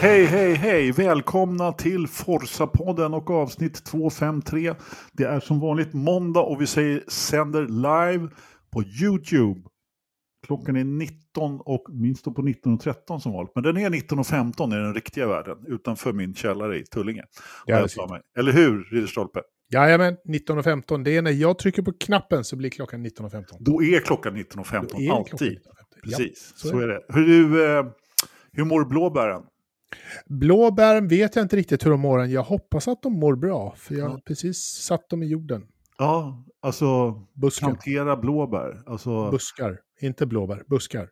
Hej, hej, hej! Välkomna till Forza-podden och avsnitt 253. Det är som vanligt måndag och vi sänder live på YouTube. Klockan är 19 och minst på 19.13 som vanligt. Men den är 19.15 i den riktiga världen utanför min källare i Tullinge. Eller hur, Ridderstolpe? Jajamän, 19.15. Det är när jag trycker på knappen så blir klockan 19.15. Då är klockan 19.15, alltid. 19:15. Precis, ja, så är det. Hur mår blåbären? Blåbären vet jag inte riktigt hur de mår än. Jag hoppas att de mår bra, för jag har precis satt dem i jorden. Ja, alltså buskar. Plantera blåbär. Alltså... Buskar, inte blåbär, buskar.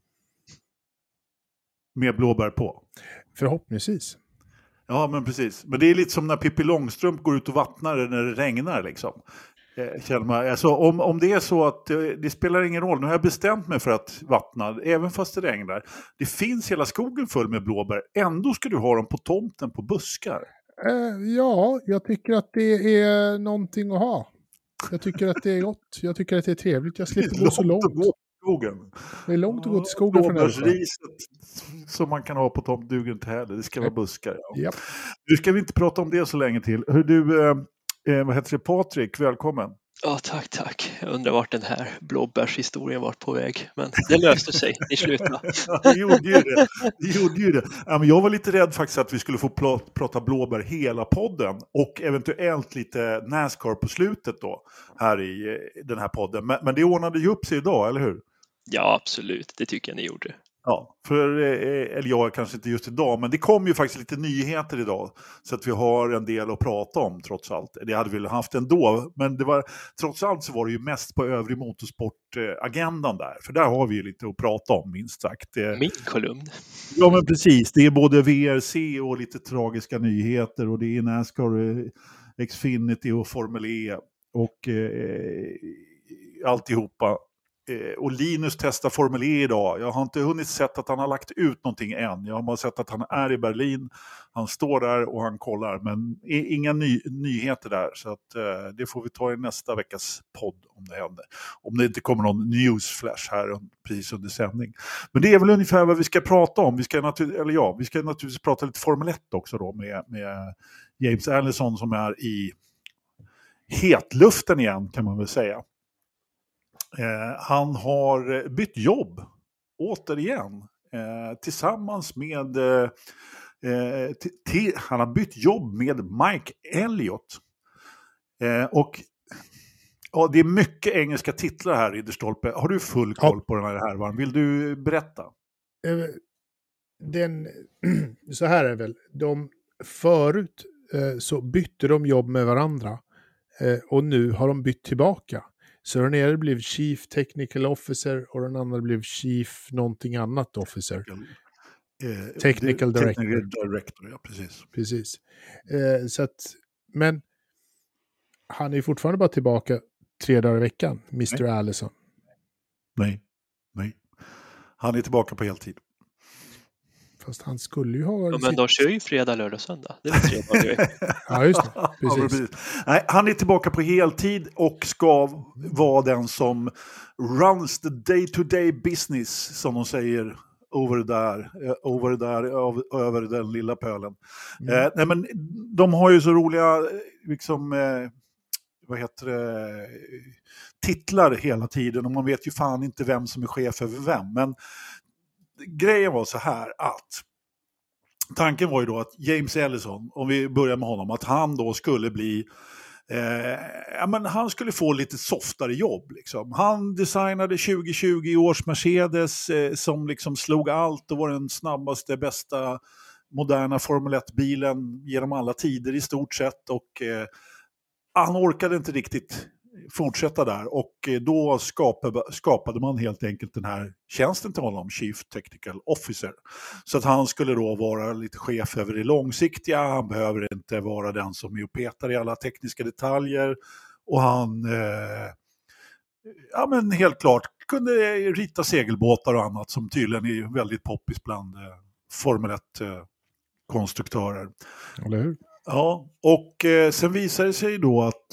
Med blåbär på? Förhoppningsvis. Ja, men precis. Men det är lite som när Pippi Långstrump går ut och vattnar när det regnar liksom. Alltså, om det är så att det spelar ingen roll, nu har jag bestämt mig för att vattna även fast det regnar. Det finns hela skogen full med blåbär, ändå ska du ha dem på tomten på buskar. Ja, jag tycker att det är någonting att ha. Jag tycker att det är gott, jag tycker att det är trevligt, jag slipper gå så långt. Skogen. Det är långt att gå till skogen. Blåbärsriset som man kan ha på tomt duger inte heller, det ska vara buskar. Ja. Yep. Nu ska vi inte prata om det så länge till. Hur du, vad heter det, Patrik, välkommen. Ja, tack. Jag undrar vart den här blåbärshistorien var på väg. Men det löste sig i slutet. Det gjorde ju det. Jag var lite rädd faktiskt att vi skulle få prata blåbär hela podden. Och eventuellt lite NASCAR på slutet då. Här i den här podden. Men det ordnade ju upp sig idag, eller hur? Ja, absolut. Det tycker jag ni gjorde. Ja, eller jag kanske inte just idag, men det kom ju faktiskt lite nyheter idag så att vi har en del att prata om trots allt. Det hade vi väl haft ändå, men trots allt så var det ju mest på övrig motorsportagendan där, för där har vi ju lite att prata om minst sagt. Min kolumn. Ja, men precis, det är både VRC och lite tragiska nyheter och det är NASCAR, Xfinity och Formel E och alltihopa. Och Linus testar Formel E idag. Jag har inte hunnit sett att han har lagt ut någonting än. Jag har bara sett att han är i Berlin. Han står där och han kollar. Men inga nyheter där. Så att, det får vi ta i nästa veckas podd om det händer. Om det inte kommer någon newsflash här precis under sändning. Men det är väl ungefär vad vi ska prata om. Vi ska naturligtvis prata lite Formel 1 också då. Med James Allison som är i hetluften igen kan man väl säga. Han har bytt jobb återigen tillsammans med han har bytt jobb med Mike Elliott och ja, det är mycket engelska titlar här i Ridderstolpe. Har du full koll på den här härvan? Vill du berätta? Så här är väl, förut så bytte de jobb med varandra och nu har de bytt tillbaka. Så den ena blev Chief Technical Officer och den andra blev Chief någonting annat Officer. Technical Director, ja precis. Så att, men han är fortfarande bara tillbaka 3 dagar i veckan, Mr. Allison. Nej. Han är tillbaka på heltid. Fast han skulle ju ha... Ja, men de kör ju fredag, lördag, söndag. Det är 3 dagar i veckan. Ja, just det. Precis. Nej, han är tillbaka på heltid och ska vara den som runs the day-to-day business, som de säger, över den lilla pölen. Nej, men de har ju så roliga liksom, titlar hela tiden och man vet ju fan inte vem som är chef över vem. Men grejen var så här att tanken var ju då att James Allison, om vi börjar med honom, att han då skulle bli han skulle få lite softare jobb liksom. Han designade 2020 års Mercedes som liksom slog allt och var den snabbaste, bästa moderna Formel 1-bilen genom alla tider i stort sett och han orkade inte riktigt fortsätta där och då skapade man helt enkelt den här tjänsten till honom, Chief Technical Officer. Så att han skulle då vara lite chef över det långsiktiga, han behöver inte vara den som är och petar i alla tekniska detaljer och han men helt klart kunde rita segelbåtar och annat som tydligen är väldigt poppis bland Formel 1-konstruktörer. Eller hur? Ja, och sen visade det sig då att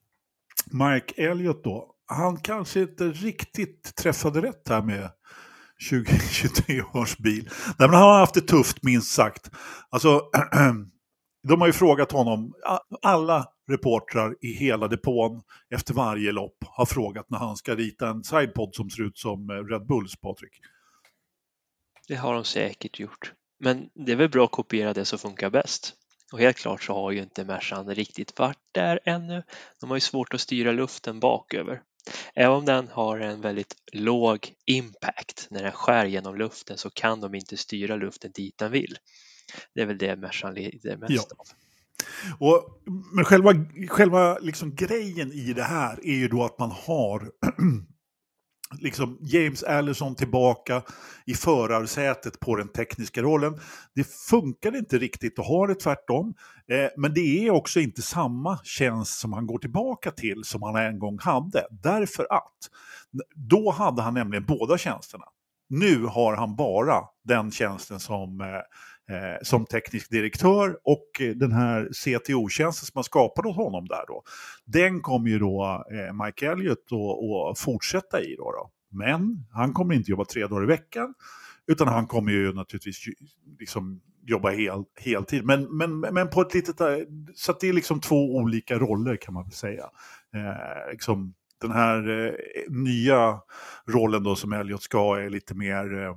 Mike Elliott då, han kanske inte riktigt träffade rätt här med 2023 års bil. Nej, men han har haft det tufft minst sagt. Alltså, de har ju frågat honom, alla reportrar i hela depån efter varje lopp har frågat när han ska rita en sidepod som ser ut som Red Bulls, Patrik. Det har de säkert gjort. Men det är väl bra att kopiera det som funkar bäst. Och helt klart så har ju inte Mercan riktigt varit där ännu. De har ju svårt att styra luften baköver. Även om den har en väldigt låg impact när den skär genom luften så kan de inte styra luften dit den vill. Det är väl det Mercan lider mest av. Men själva liksom grejen i det här är ju då att man har liksom James Allison tillbaka i förarsätet på den tekniska rollen. Det funkar inte riktigt att ha det tvärtom. Men det är också inte samma tjänst som han går tillbaka till som han en gång hade. Därför att då hade han nämligen båda tjänsterna. Nu har han bara den tjänsten som teknisk direktör och den här CTO-tjänsten som man skapade åt honom där då. Den kommer ju då Mike Elliott att fortsätta i då. Men han kommer inte jobba 3 dagar i veckan utan han kommer ju naturligtvis liksom jobba heltid. Men på ett litet, så att det är liksom 2 olika roller kan man väl säga. Liksom den här nya rollen då som Elliott ska ha är lite mer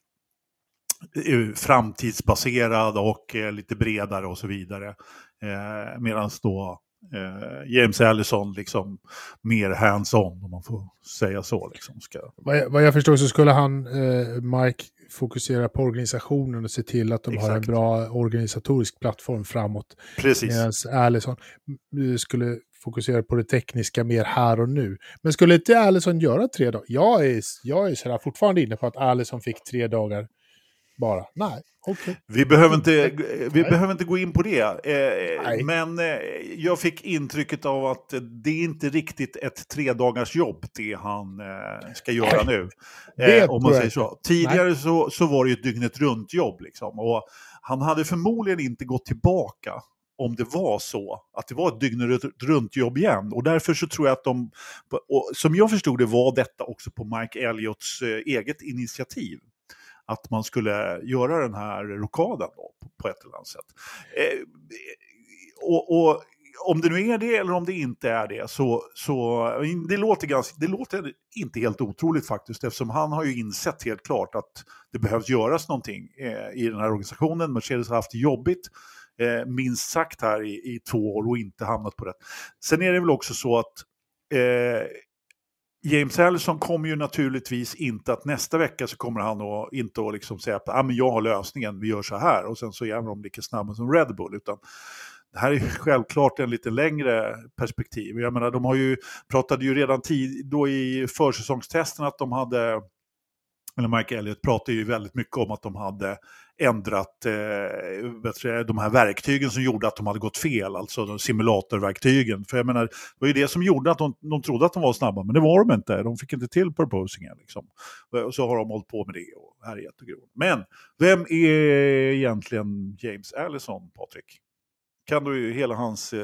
framtidsbaserad och lite bredare och så vidare. Medan då James Allison liksom mer hands-on om man får säga så. Liksom, Vad jag förstår så skulle han, Mike, fokusera på organisationen och se till att de har en bra organisatorisk plattform framåt. Precis. Medan Allison skulle fokusera på det tekniska mer här och nu. Men skulle inte Allison göra 3 dagar? Jag är så här fortfarande inne på att Allison fick 3 dagar bara. Nej, okej. Vi behöver inte gå in på det. Men jag fick intrycket av att det är inte riktigt ett 3 dagars jobb det han ska göra nu. Om man säger så. Tidigare så var det ju ett dygnet runt jobb liksom. Och han hade förmodligen inte gått tillbaka om det var så att det var ett dygnet runt jobb igen. Och därför så tror jag att som jag förstod det var detta också på Mike Elliots eget initiativ. Att man skulle göra den här rockaden då, på ett eller annat sätt. Och om det nu är det eller om det inte är det så det låter inte helt otroligt faktiskt eftersom han har ju insett helt klart att det behövs göras någonting i den här organisationen. Mercedes har haft det jobbigt minst sagt här i 2 år och inte hamnat på det. Sen är det väl också så att James Allison kommer ju naturligtvis inte att nästa vecka så kommer han inte att liksom säga att men jag har lösningen, vi gör så här och sen så är de lika snabba som Red Bull, utan det här är självklart en lite längre perspektiv. Jag menar, de pratade ju redan då i försäsongstesten att de hade, eller Mike Elliott pratade ju väldigt mycket om att de hade ändrat de här verktygen som gjorde att de hade gått fel, alltså de simulatorverktygen. För jag menar, det var ju det som gjorde att de trodde att de var snabba, men det var de inte. De fick inte till purposingen liksom. Och så har de hållit på med det och här är jättegrovt. Men vem är egentligen James Allison, Patrik? Kan du ju hela hans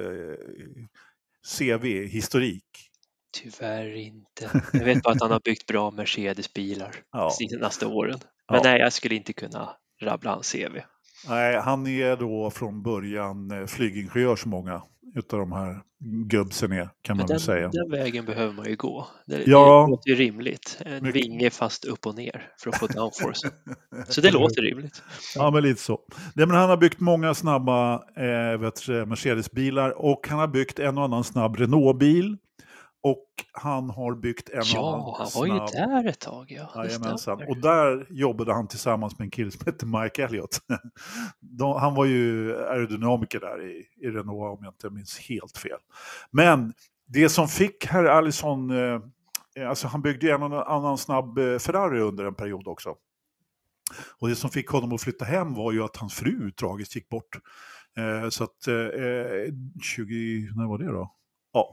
CV-historik? Tyvärr inte. Jag vet bara att han har byggt bra Mercedes-bilar de senaste åren. Men nej, jag skulle inte kunna rabbla hans CV. Nej, han är då från början flygingenjör som många utav de här gubbsen är, kan man väl säga. Den vägen behöver man ju gå. Det låter ju rimligt. En vinge fast upp och ner för att få downforce. Så det låter rimligt. Ja, men lite så. Men han har byggt många snabba Mercedes-bilar och han har byggt en och annan snabb Renault-bil. Och han har byggt en annan han var ju där ett tag. Och där jobbade han tillsammans med en kille som heter Mike Elliott. Han var ju aerodynamiker där i Renault om jag inte minns helt fel. Men det som fick herr Allison, alltså han byggde ju en annan snabb Ferrari under en period också. Och det som fick honom att flytta hem var ju att hans fru tragiskt gick bort. Så att när var det då? Ja,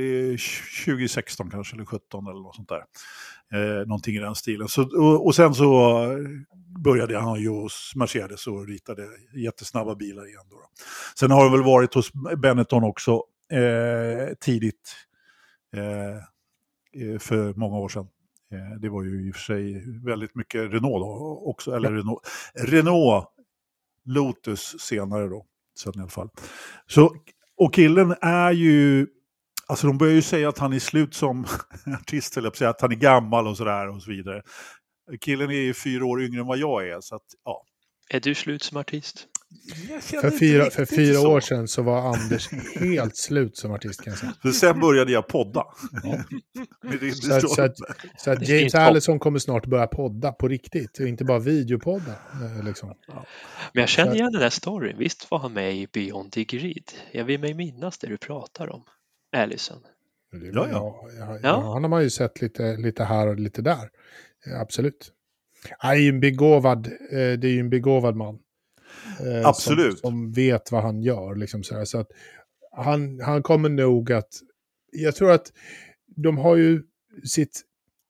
2016 kanske, eller 17 eller något sånt där. Någonting i den stilen. Och sen så började han ju hos Mercedes och ritade jättesnabba bilar igen då. Sen har det väl varit hos Benetton också tidigt för många år sedan. Det var ju i och för sig väldigt mycket Renault då också, eller Renault Lotus senare då, sen i alla fall. Så, och killen är ju, alltså de börjar ju säga att han är slut som artist, eller säga att han är gammal och sådär och så vidare. Killen är ju 4 år yngre än vad jag är, så att ja. Är du slut som artist? För fyra år sedan så var Anders helt slut som artist, kan jag säga. För sen började jag podda. Ja. Så så att James Allison kommer snart börja podda på riktigt, och inte bara videopodda. Liksom. Ja. Men jag känner igen den här storyn. Visst var han med i Beyond the Grid? Jag vill mig minnas det du pratar om, Allison. Ja, han har man ju sett lite här och lite där. Absolut. Han är ju det är ju en begåvad man. Absolut. Som vet vad han gör. Liksom så att han kommer nog att... Jag tror att de har ju sitt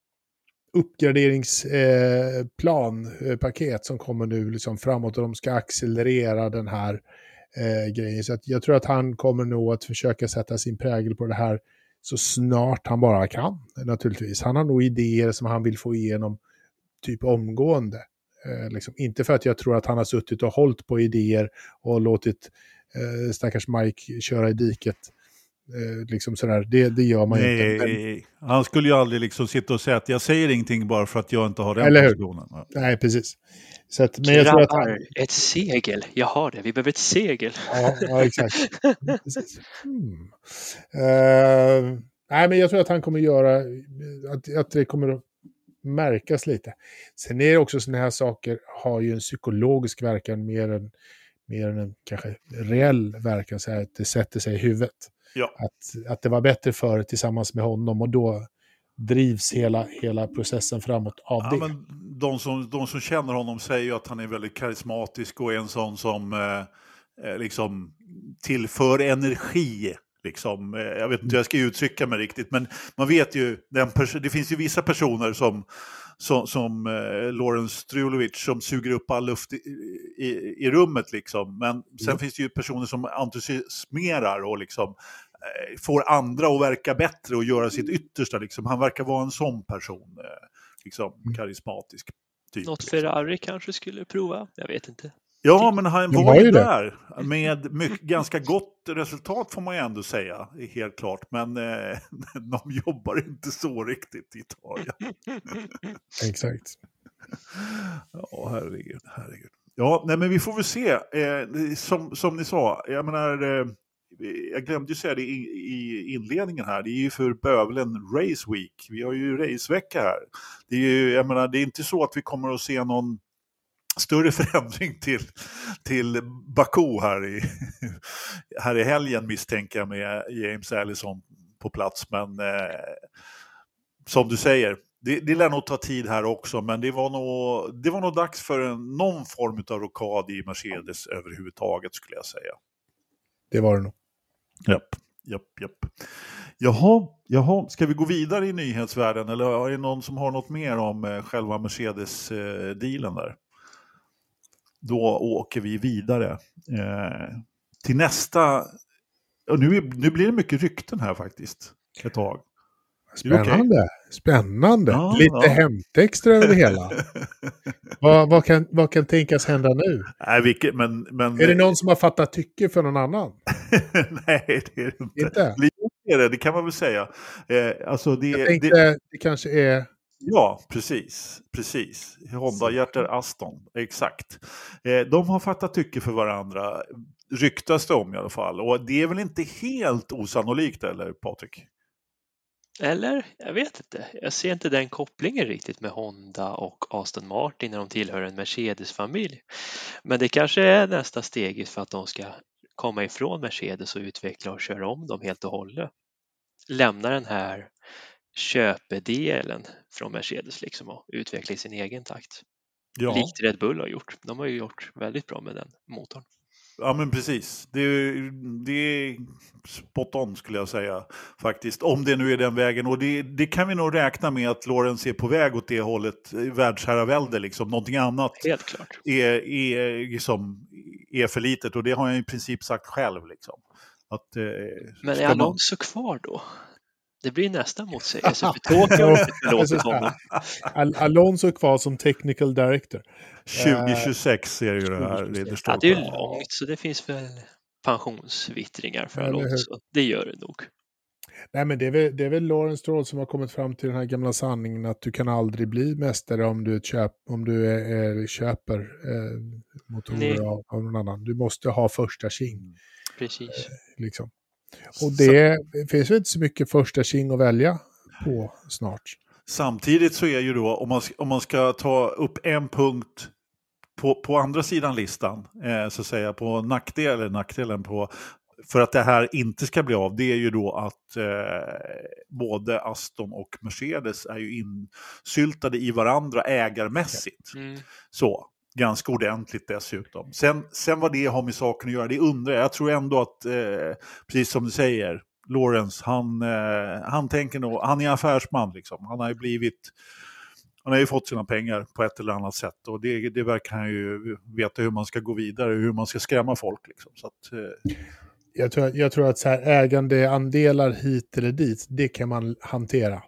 paket som kommer nu liksom framåt, och de ska accelerera den här grejen. Så att jag tror att han kommer nog att försöka sätta sin prägel på det här så snart han bara kan, naturligtvis. Han har nog idéer som han vill få igenom typ omgående. Liksom. Inte för att jag tror att han har suttit och hållit på idéer och låtit stackars Mike köra i diket. Liksom sådär. Det gör man inte. Nej, han skulle ju aldrig liksom sitta och säga att jag säger ingenting bara för att jag inte har den positionen. Nej, precis. Så att, men jag tror att ett segel, jag har det. Vi behöver ett segel. Ja, exakt. Precis. Nej, men jag tror att han kommer göra att det kommer att märkas lite. Sen är det också såna här saker har ju en psykologisk verkan mer än en kanske reell verkan, så att det sätter sig i huvudet. Ja. Att det var bättre för tillsammans med honom, och då drivs hela processen framåt av det. Men de som känner honom säger ju att han är väldigt karismatisk och är en sån som liksom tillför energi. Liksom. Jag vet inte hur jag ska uttrycka mig riktigt, men man vet ju, det finns ju vissa personer som Lawrence Strulovic som suger upp all luft i rummet liksom. Men sen finns det ju personer som entusiasmerar och liksom får andra att verka bättre och göra sitt yttersta liksom. Han verkar vara en sån person liksom, karismatisk typ. Något Ferrari kanske skulle prova, jag vet inte. Ja, men han var ju där med ganska gott resultat, får man ju ändå säga, helt klart. Men de jobbar inte så riktigt i Italien. Exakt. Ja, herregud. Ja, nej, men vi får väl se. Som ni sa, jag menar, jag glömde ju säga det i inledningen här. Det är ju för bövelen Race Week. Vi har ju racevecka här. Det är ju, jag menar, det är inte så att vi kommer att se någon större förändring till Baku här i helgen, misstänker jag, med James Allison på plats. Men som du säger, det lär nog ta tid här också, men det var nog dags för någon form av rockad i Mercedes överhuvudtaget, skulle jag säga. Det var det nog. Japp. Jaha, ska vi gå vidare i nyhetsvärlden, eller är det någon som har något mer om själva Mercedes-dealen där? Då åker vi vidare till nästa. Och nu blir det mycket rykten här faktiskt ett tag. Spännande. Ja, lite hämtextra över det hela. Vad kan tänkas hända nu? Nej, men är det någon som har fattat tycke för någon annan? Nej, det är det inte. Det kan man väl säga. Alltså jag tänkte det kanske är... Ja, precis. Honda hjärter Aston, exakt. De har fattat tycke för varandra, ryktas det om i alla fall. Och det är väl inte helt osannolikt, eller Patrik? Eller? Jag vet inte. Jag ser inte den kopplingen riktigt med Honda och Aston Martin när de tillhör en Mercedes-familj. Men det kanske är nästa steg för att de ska komma ifrån Mercedes och utveckla och köra om dem helt och hållet. Lämna den här köpedelen från Mercedes liksom och utveckla i sin egen takt. Ja. Likt Red Bull har gjort. De har ju gjort väldigt bra med den motorn. Ja, men precis. Det är spot on, skulle jag säga, faktiskt. Om det nu är den vägen. Och det kan vi nog räkna med att Lawrence är på väg åt det hållet. Världsherravälde, liksom. Någonting annat helt klart. Är för litet. Och det har jag i princip sagt själv. Liksom. Men är Alonso kvar då? Det blir nästan motsägelse. För Tokyo har inte förlåtit honom. Alonso är kvar som technical director. 2026 är det ju det här. 2026. Ja, det är ju långt, så det finns väl pensionsvittringar för Alonso. Det gör det nog. Nej, men det är väl Lawrence Stroll som har kommit fram till den här gamla sanningen att du kan aldrig bli mästare om du köper motorer av någon annan. Du måste ha första king. Precis. Liksom. Och det finns väl inte så mycket första king att välja på snart. Samtidigt så är ju då, om man ska ta upp en punkt på andra sidan listan, så att säga, på nackdelen på, för att det här inte ska bli av, det är ju då att både Aston och Mercedes är ju insyltade i varandra ägarmässigt. Så, ganska ordentligt dessutom. Sen vad det har med saken att göra, det undrar jag. Jag tror ändå att, precis som du säger, Lawrence, han tänker nog, han är affärsman liksom. Han har ju fått sina pengar på ett eller annat sätt, och det verkar han ju veta hur man ska gå vidare, hur man ska skrämma folk liksom. Så att, jag tror att så här, ägandeandelar hit eller dit, det kan man hantera.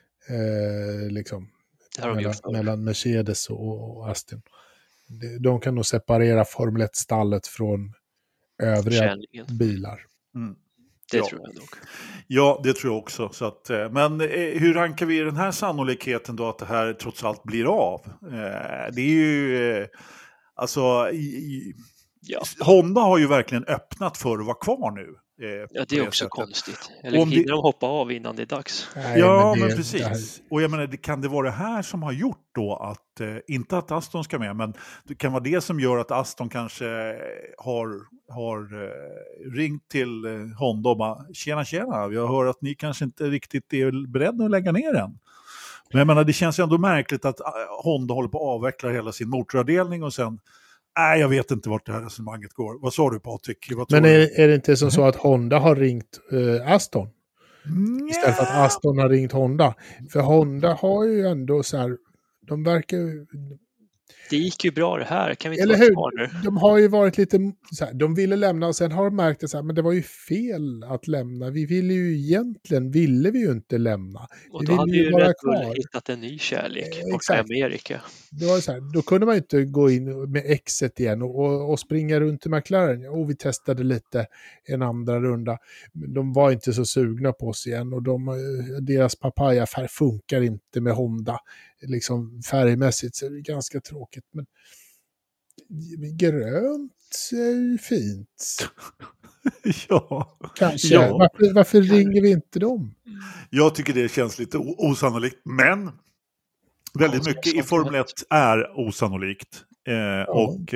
Liksom. Mellan Mercedes och Aston. De kan nog separera Formel 1-stallet från övriga bilar. Det tror jag nog. Ja, det tror jag också. Så att, men hur rankar vi den här sannolikheten då att det här trots allt blir av? Det är ju... alltså... Honda har ju verkligen öppnat för att vara kvar nu. Ja, det är också konstigt. Eller hinner de hoppa av innan det är dags? Nej, men precis. Och jag menar, kan det vara det här som har gjort då att, inte att Aston ska med, men det kan vara det som gör att Aston kanske har ringt till Honda och bara, tjena, jag hör att ni kanske inte riktigt är beredda att lägga ner den. Men jag menar, det känns ju ändå märkligt att Honda håller på att avveckla hela sin motoravdelning och sen, jag vet inte vart det här resonemanget går. Vad sa du, Patrik? Men är det inte som så att Honda har ringt Aston? Istället för att Aston har ringt Honda. För Honda har ju ändå så här, de verkar ju... Det gick ju bra det här, kan vi inte eller vara kvar nu? De har ju varit lite så här, de ville lämna och sen har de märkt att så här, men det var ju fel att lämna. Vi ville ju inte lämna. Och då hade ju Red Bull hittat en ny kärlek borta i Amerika. Det var så här, då kunde man inte gå in med exet igen och springa runt i McLaren. Och vi testade lite en andra runda. De var inte så sugna på oss igen och deras papaya-färg funkar inte med Honda. Liksom färgmässigt så är det ganska tråkigt, men grönt är fint. Ja. Kanske. Ja. Varför ringer vi inte dem? Jag tycker det känns lite osannolikt, men väldigt mycket i Formel 1 är osannolikt. Och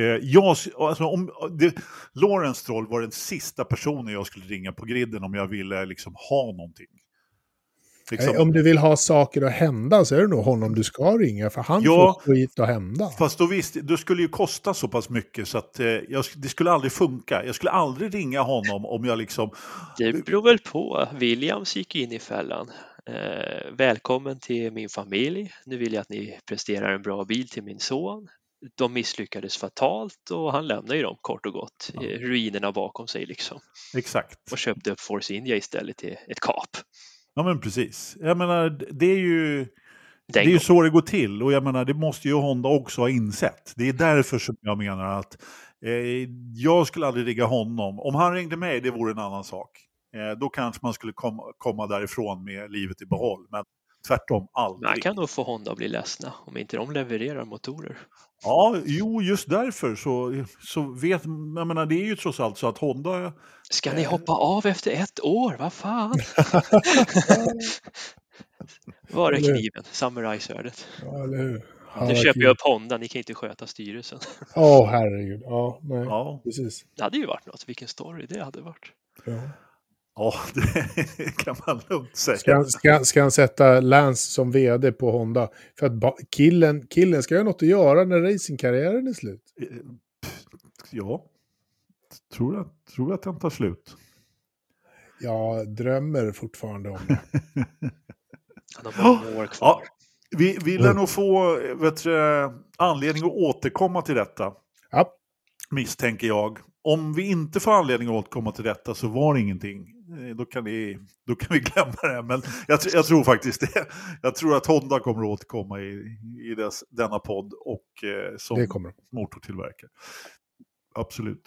Lawrence Stroll var den sista personen jag skulle ringa på griden om jag ville liksom ha någonting. Liksom. Om du vill ha saker att hända så är det nog honom du ska ringa, för han får skit att hända. Fast då skulle ju kosta så pass mycket så att det skulle aldrig funka. Jag skulle aldrig ringa honom om jag liksom... Det beror väl på. Williams gick in i fällan. Välkommen till min familj. Nu vill jag att ni presterar en bra bil till min son. De misslyckades fatalt och han lämnar ju dem kort och gott. Ruinerna bakom sig liksom. Exakt. Och köpte upp Force India istället till ett kap. Ja, men precis. Jag menar, det är ju så det går till. Och jag menar, det måste ju Honda också ha insett. Det är därför som jag menar att jag skulle aldrig ringa honom. Om han ringde mig, det vore en annan sak. Då kanske man skulle komma därifrån med livet i behåll. Men tvärtom, aldrig. Man kan nog få Honda att bli ledsna om inte de levererar motorer. Ja, just därför så vet, jag menar, det är ju trots allt så att Honda... Ska ni hoppa av efter 1 år? Vad fan? Var är kniven? Samurai-svärdet. Ja, eller hur? Nu köper jag upp Honda, ni kan inte sköta styrelsen. Herregud. Ja, nej. Ja. Precis. Det hade ju varit något, vilken story det hade varit. Ja, det kan man lugnt säga. Ska han sätta Lance som vd på Honda? För att killen ska ju ha något att göra när racingkarriären är slut. Ja, tror att den tar slut. Jag drömmer fortfarande om det. Han har många år kvar. Ja, vi lär nog få anledning att återkomma till detta. Ja. Misstänker jag. Om vi inte får anledning att återkomma till detta så var det ingenting. då kan vi glömma det. Men jag tror faktiskt det. Jag tror att Honda kommer att återkomma i denna podd och som motortillverkare. Absolut.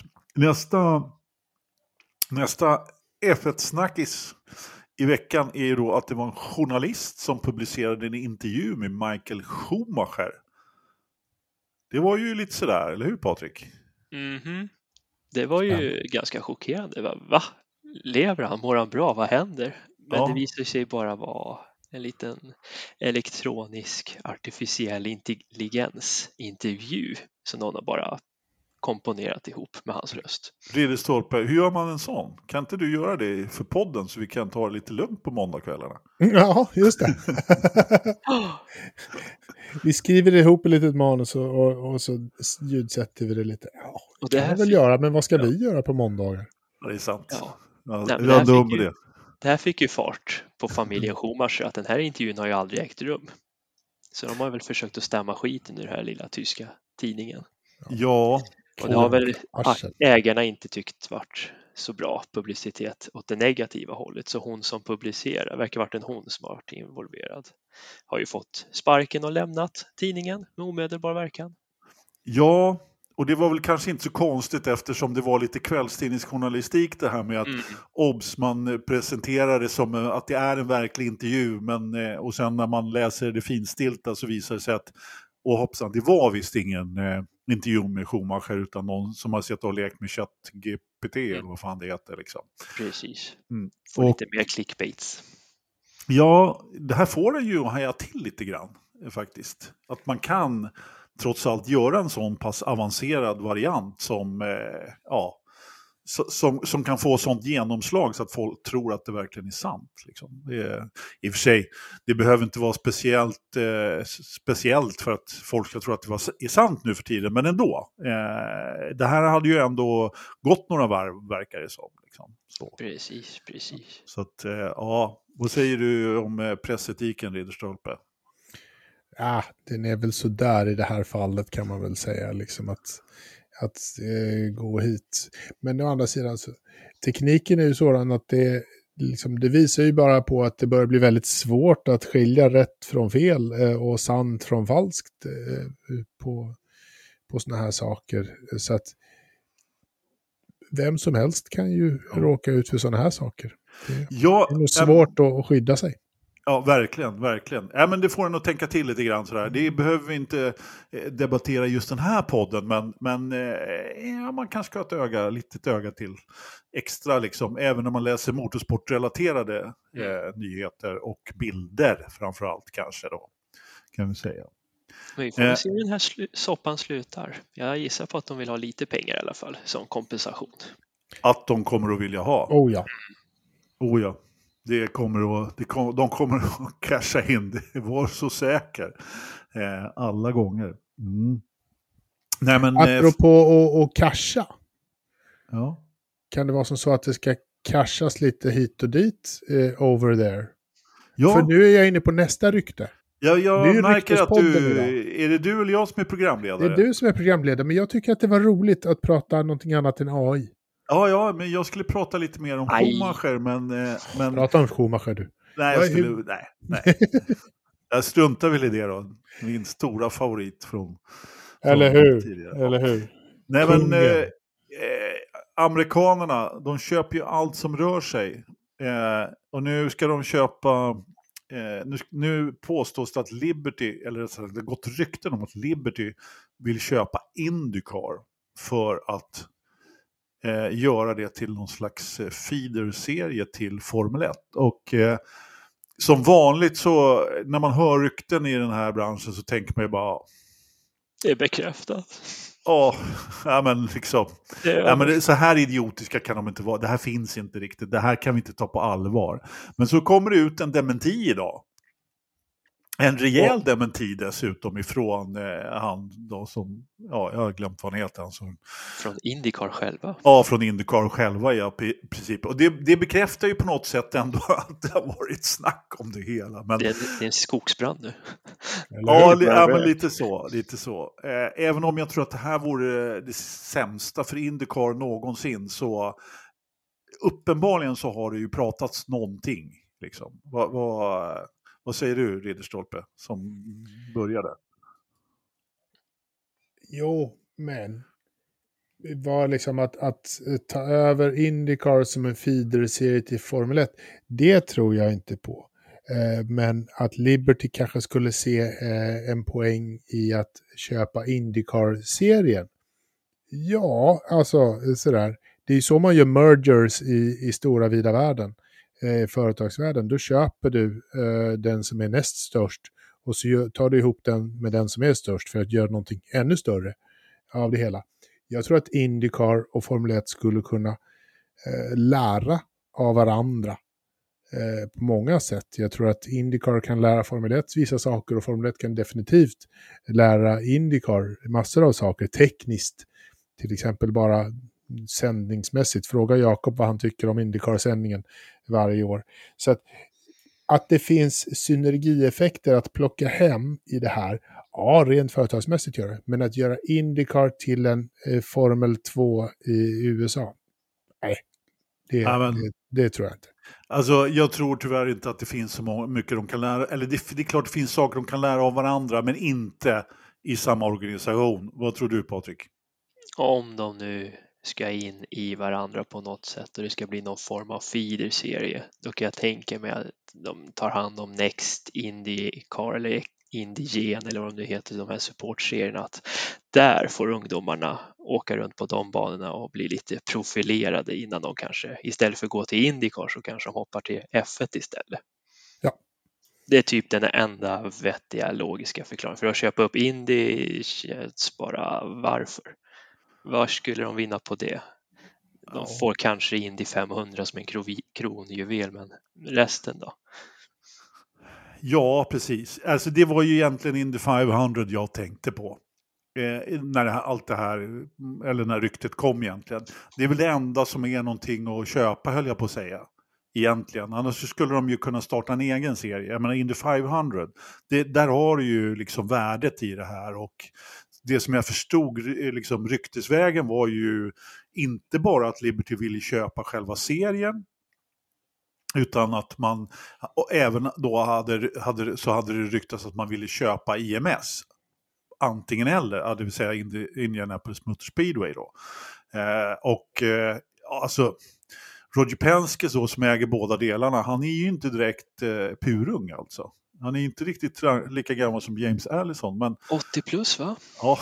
Nästa F1-snackis i veckan är ju då att det var en journalist som publicerade en intervju med Michael Schumacher. Det var ju lite sådär, eller hur Patrik? Mhm. Det var ju ganska chockerande. Va? Lever han? Mår han bra? Vad händer? Men det visar sig bara vara en liten elektronisk artificiell intelligens-intervju som någon har bara komponerat ihop med hans röst. Ridderstolpe, hur gör man en sån? Kan inte du göra det för podden så vi kan ta det lite lugnt på måndagskvällarna? Ja, just det. Vi skriver ihop ett litet manus och så ljudsätter vi det lite. Ja, och det kan vi väl göra, men vad ska vi göra på måndagar? Det är sant. Det här fick ju fart på familjen Schumacher, att den här intervjun har ju aldrig ägt rum. Så de har väl försökt att stämma skiten ur den här lilla tyska tidningen. Ja. Och det har väl ägarna inte tyckt varit så bra publicitet åt det negativa hållet. Så hon som publicerar, verkar varit en hon som har varit involverad, har ju fått sparken och lämnat tidningen med omedelbar verkan. Ja, och det var väl kanske inte så konstigt eftersom det var lite kvällstidningsjournalistik det här med att man presenterar det som att det är en verklig intervju, men och sen när man läser det finstilta så visar det sig att hoppsan, det var visst ingen intervju med Schumacher utan någon som har sett och lekt med ChatGPT eller vad fan det heter liksom. Precis. Och lite mer clickbaits. Ja, det här får det ju att haja till lite grann faktiskt. Att man kan trots allt göra en sån pass avancerad variant som kan få sånt genomslag så att folk tror att det verkligen är sant. Liksom. I och för sig, det behöver inte vara speciellt för att folk ska tro att det är sant nu för tiden, men ändå. Det här hade ju ändå gått några varv, verkar det som. Liksom. Så. Precis. Så att, vad säger du om pressetiken, Ridderstolpe? Ja, den är väl så där i det här fallet kan man väl säga, liksom att gå hit. Men å andra sidan så, tekniken är ju sådan att det visar ju bara på att det börjar bli väldigt svårt att skilja rätt från fel och sant från falskt på såna här saker. Så att vem som helst kan ju råka ut för såna här saker. Det är nog svårt att skydda sig. Ja, verkligen. Ja, men det får en att tänka till lite grann sådär. Det behöver vi inte debattera just den här podden, men man kanske ska ha ett litet öga till extra liksom, även när man läser motorsportrelaterade nyheter och bilder framförallt kanske då, kan vi säga. Vi får se hur den här soppan slutar. Jag gissar på att de vill ha lite pengar i alla fall som kompensation. Att de kommer att vilja ha. Oh ja. De kommer att casha in, det var så säker. Alla gånger. Nej, men, apropå att casha. Ja. Kan det vara som så att det ska cashas lite hit och dit over there? Ja. För nu är jag inne på nästa rykte. Ja, jag märker att är det du eller jag som är programledare? Det är du som är programledare, men jag tycker att det var roligt att prata någonting annat än AI. Ja, men jag skulle prata lite mer om Schumacher, men... Prata om Schumacher, du. Nej. Jag struntar väl i det då. Min stora favorit från Eller hur? tidigare. Eller hur? Nej, men amerikanerna, de köper ju allt som rör sig. Och nu ska de köpa... Nu påstås det att Liberty, eller det har gått rykten om att Liberty vill köpa IndyCar för att göra det till någon slags feeder-serie till Formel 1. Och som vanligt så när man hör rykten i den här branschen så tänker man ju bara... Det är bekräftat. Ja, men liksom... så här idiotiska kan de inte vara. Det här finns inte riktigt. Det här kan vi inte ta på allvar. Men så kommer det ut en dementi idag. En rejäl dementi dessutom ifrån han då som, jag har glömt vad han heter. Från IndyCar själva? Ja, från IndyCar själva, ja, i princip. Och det bekräftar ju på något sätt ändå att det har varit snack om det hela. Men... Det är en skogsbrand nu. Ja, men lite så. Även om jag tror att det här vore det sämsta för IndyCar någonsin så... uppenbarligen så har det ju pratats någonting. Liksom. Vad säger du, Ridderstolpe, som började? Jo, men var liksom att ta över IndyCar som en feeder-serie till Formel 1, det tror jag inte på. Men att Liberty kanske skulle se en poäng i att köpa IndyCar-serien. Ja, alltså sådär. Det är ju så man gör mergers i stora vida världen, företagsvärlden. Då köper du den som är näst störst och så tar du ihop den med den som är störst för att göra någonting ännu större av det hela. Jag tror att IndyCar och Formel 1 skulle kunna lära av varandra på många sätt. Jag tror att IndyCar kan lära Formel 1 vissa saker och Formel 1 kan definitivt lära IndyCar massor av saker tekniskt. Till exempel bara sändningsmässigt. Fråga Jakob vad han tycker om IndyCar-sändningen varje år. Så att det finns synergieffekter att plocka hem i det här. Ja, rent företagsmässigt gör det. Men att göra IndyCar till en Formel 2 i USA. Nej, det tror jag inte. Alltså, jag tror tyvärr inte att det finns så mycket de kan lära. Eller det är klart det finns saker de kan lära av varandra, men inte i samma organisation. Vad tror du, Patrik? Om de nu ska in i varandra på något sätt och det ska bli någon form av feeder-serie, då kan jag tänka mig att de tar hand om Next, IndyCar eller IndyGen eller vad de nu heter, de här supportserierna, att där får ungdomarna åka runt på de banorna och bli lite profilerade innan de kanske, istället för att gå till IndyCar så kanske de hoppar till F1 istället. Ja. Det är typ den enda vettiga logiska förklaringen. För att köpa upp Indy känns bara varför. Var skulle de vinna på det? De får kanske Indy 500 som en kronjuvel, men resten då? Ja, precis. Alltså det var ju egentligen Indy 500 jag tänkte på. När allt det här, eller när ryktet kom egentligen. Det är väl det enda som är någonting att köpa, höll jag på att säga. Egentligen. Annars skulle de ju kunna starta en egen serie. Jag menar Indy 500. Där har du ju liksom värdet i det här. Och det som jag förstod liksom ryktesvägen var ju inte bara att Liberty ville köpa själva serien. Utan att man, och även då hade det ryktats att man ville köpa IMS. Antingen eller, det vill säga Indianapolis Motor Speedway då. Alltså Roger Penske så, som äger båda delarna, han är ju inte direkt purung alltså. Han är inte riktigt lika gammal som James Allison. Men 80 plus va? Ja.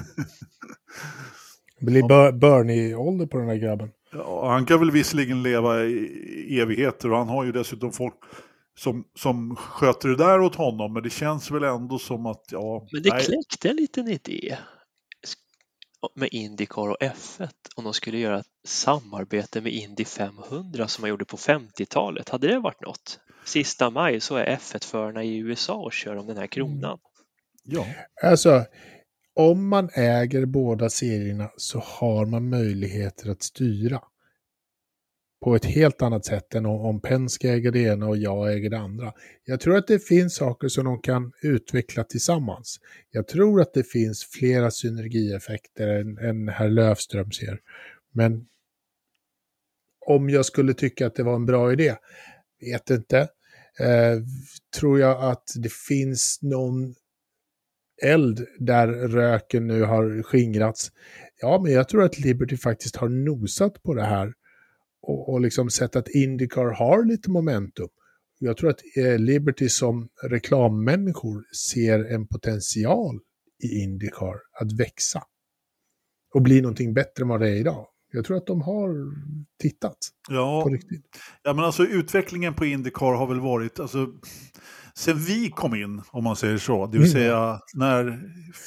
Det blir Bernie-ålder på den här grabben. Ja, han kan väl visserligen leva i evigheter och han har ju dessutom folk som sköter det där åt honom, men det känns väl ändå som att Men det kläckte en liten idé med IndyCar och F1 om de skulle göra ett samarbete med Indy 500 som man gjorde på 50-talet. Hade det varit något? Sista maj så är F1-förarna i USA och kör om den här kronan. Ja. Alltså, om man äger båda serierna så har man möjligheter att styra på ett helt annat sätt än om Penske äger det ena och jag äger det andra. Jag tror att det finns saker som de kan utveckla tillsammans. Jag tror att det finns flera synergieffekter än herr Löfström ser. Men om jag skulle tycka att det var en bra idé, vet inte. Tror jag att det finns någon eld där röken nu har skingrats? Ja, men jag tror att Liberty faktiskt har nosat på det här och liksom sett att IndyCar har lite momentum. Jag tror att Liberty som reklammänniskor ser en potential i IndyCar att växa och bli någonting bättre än vad det är idag. Jag tror att de har tittat på riktigt. Ja, men alltså utvecklingen på IndyCar har väl varit, alltså, sen vi kom in, om man säger så, det vill säga när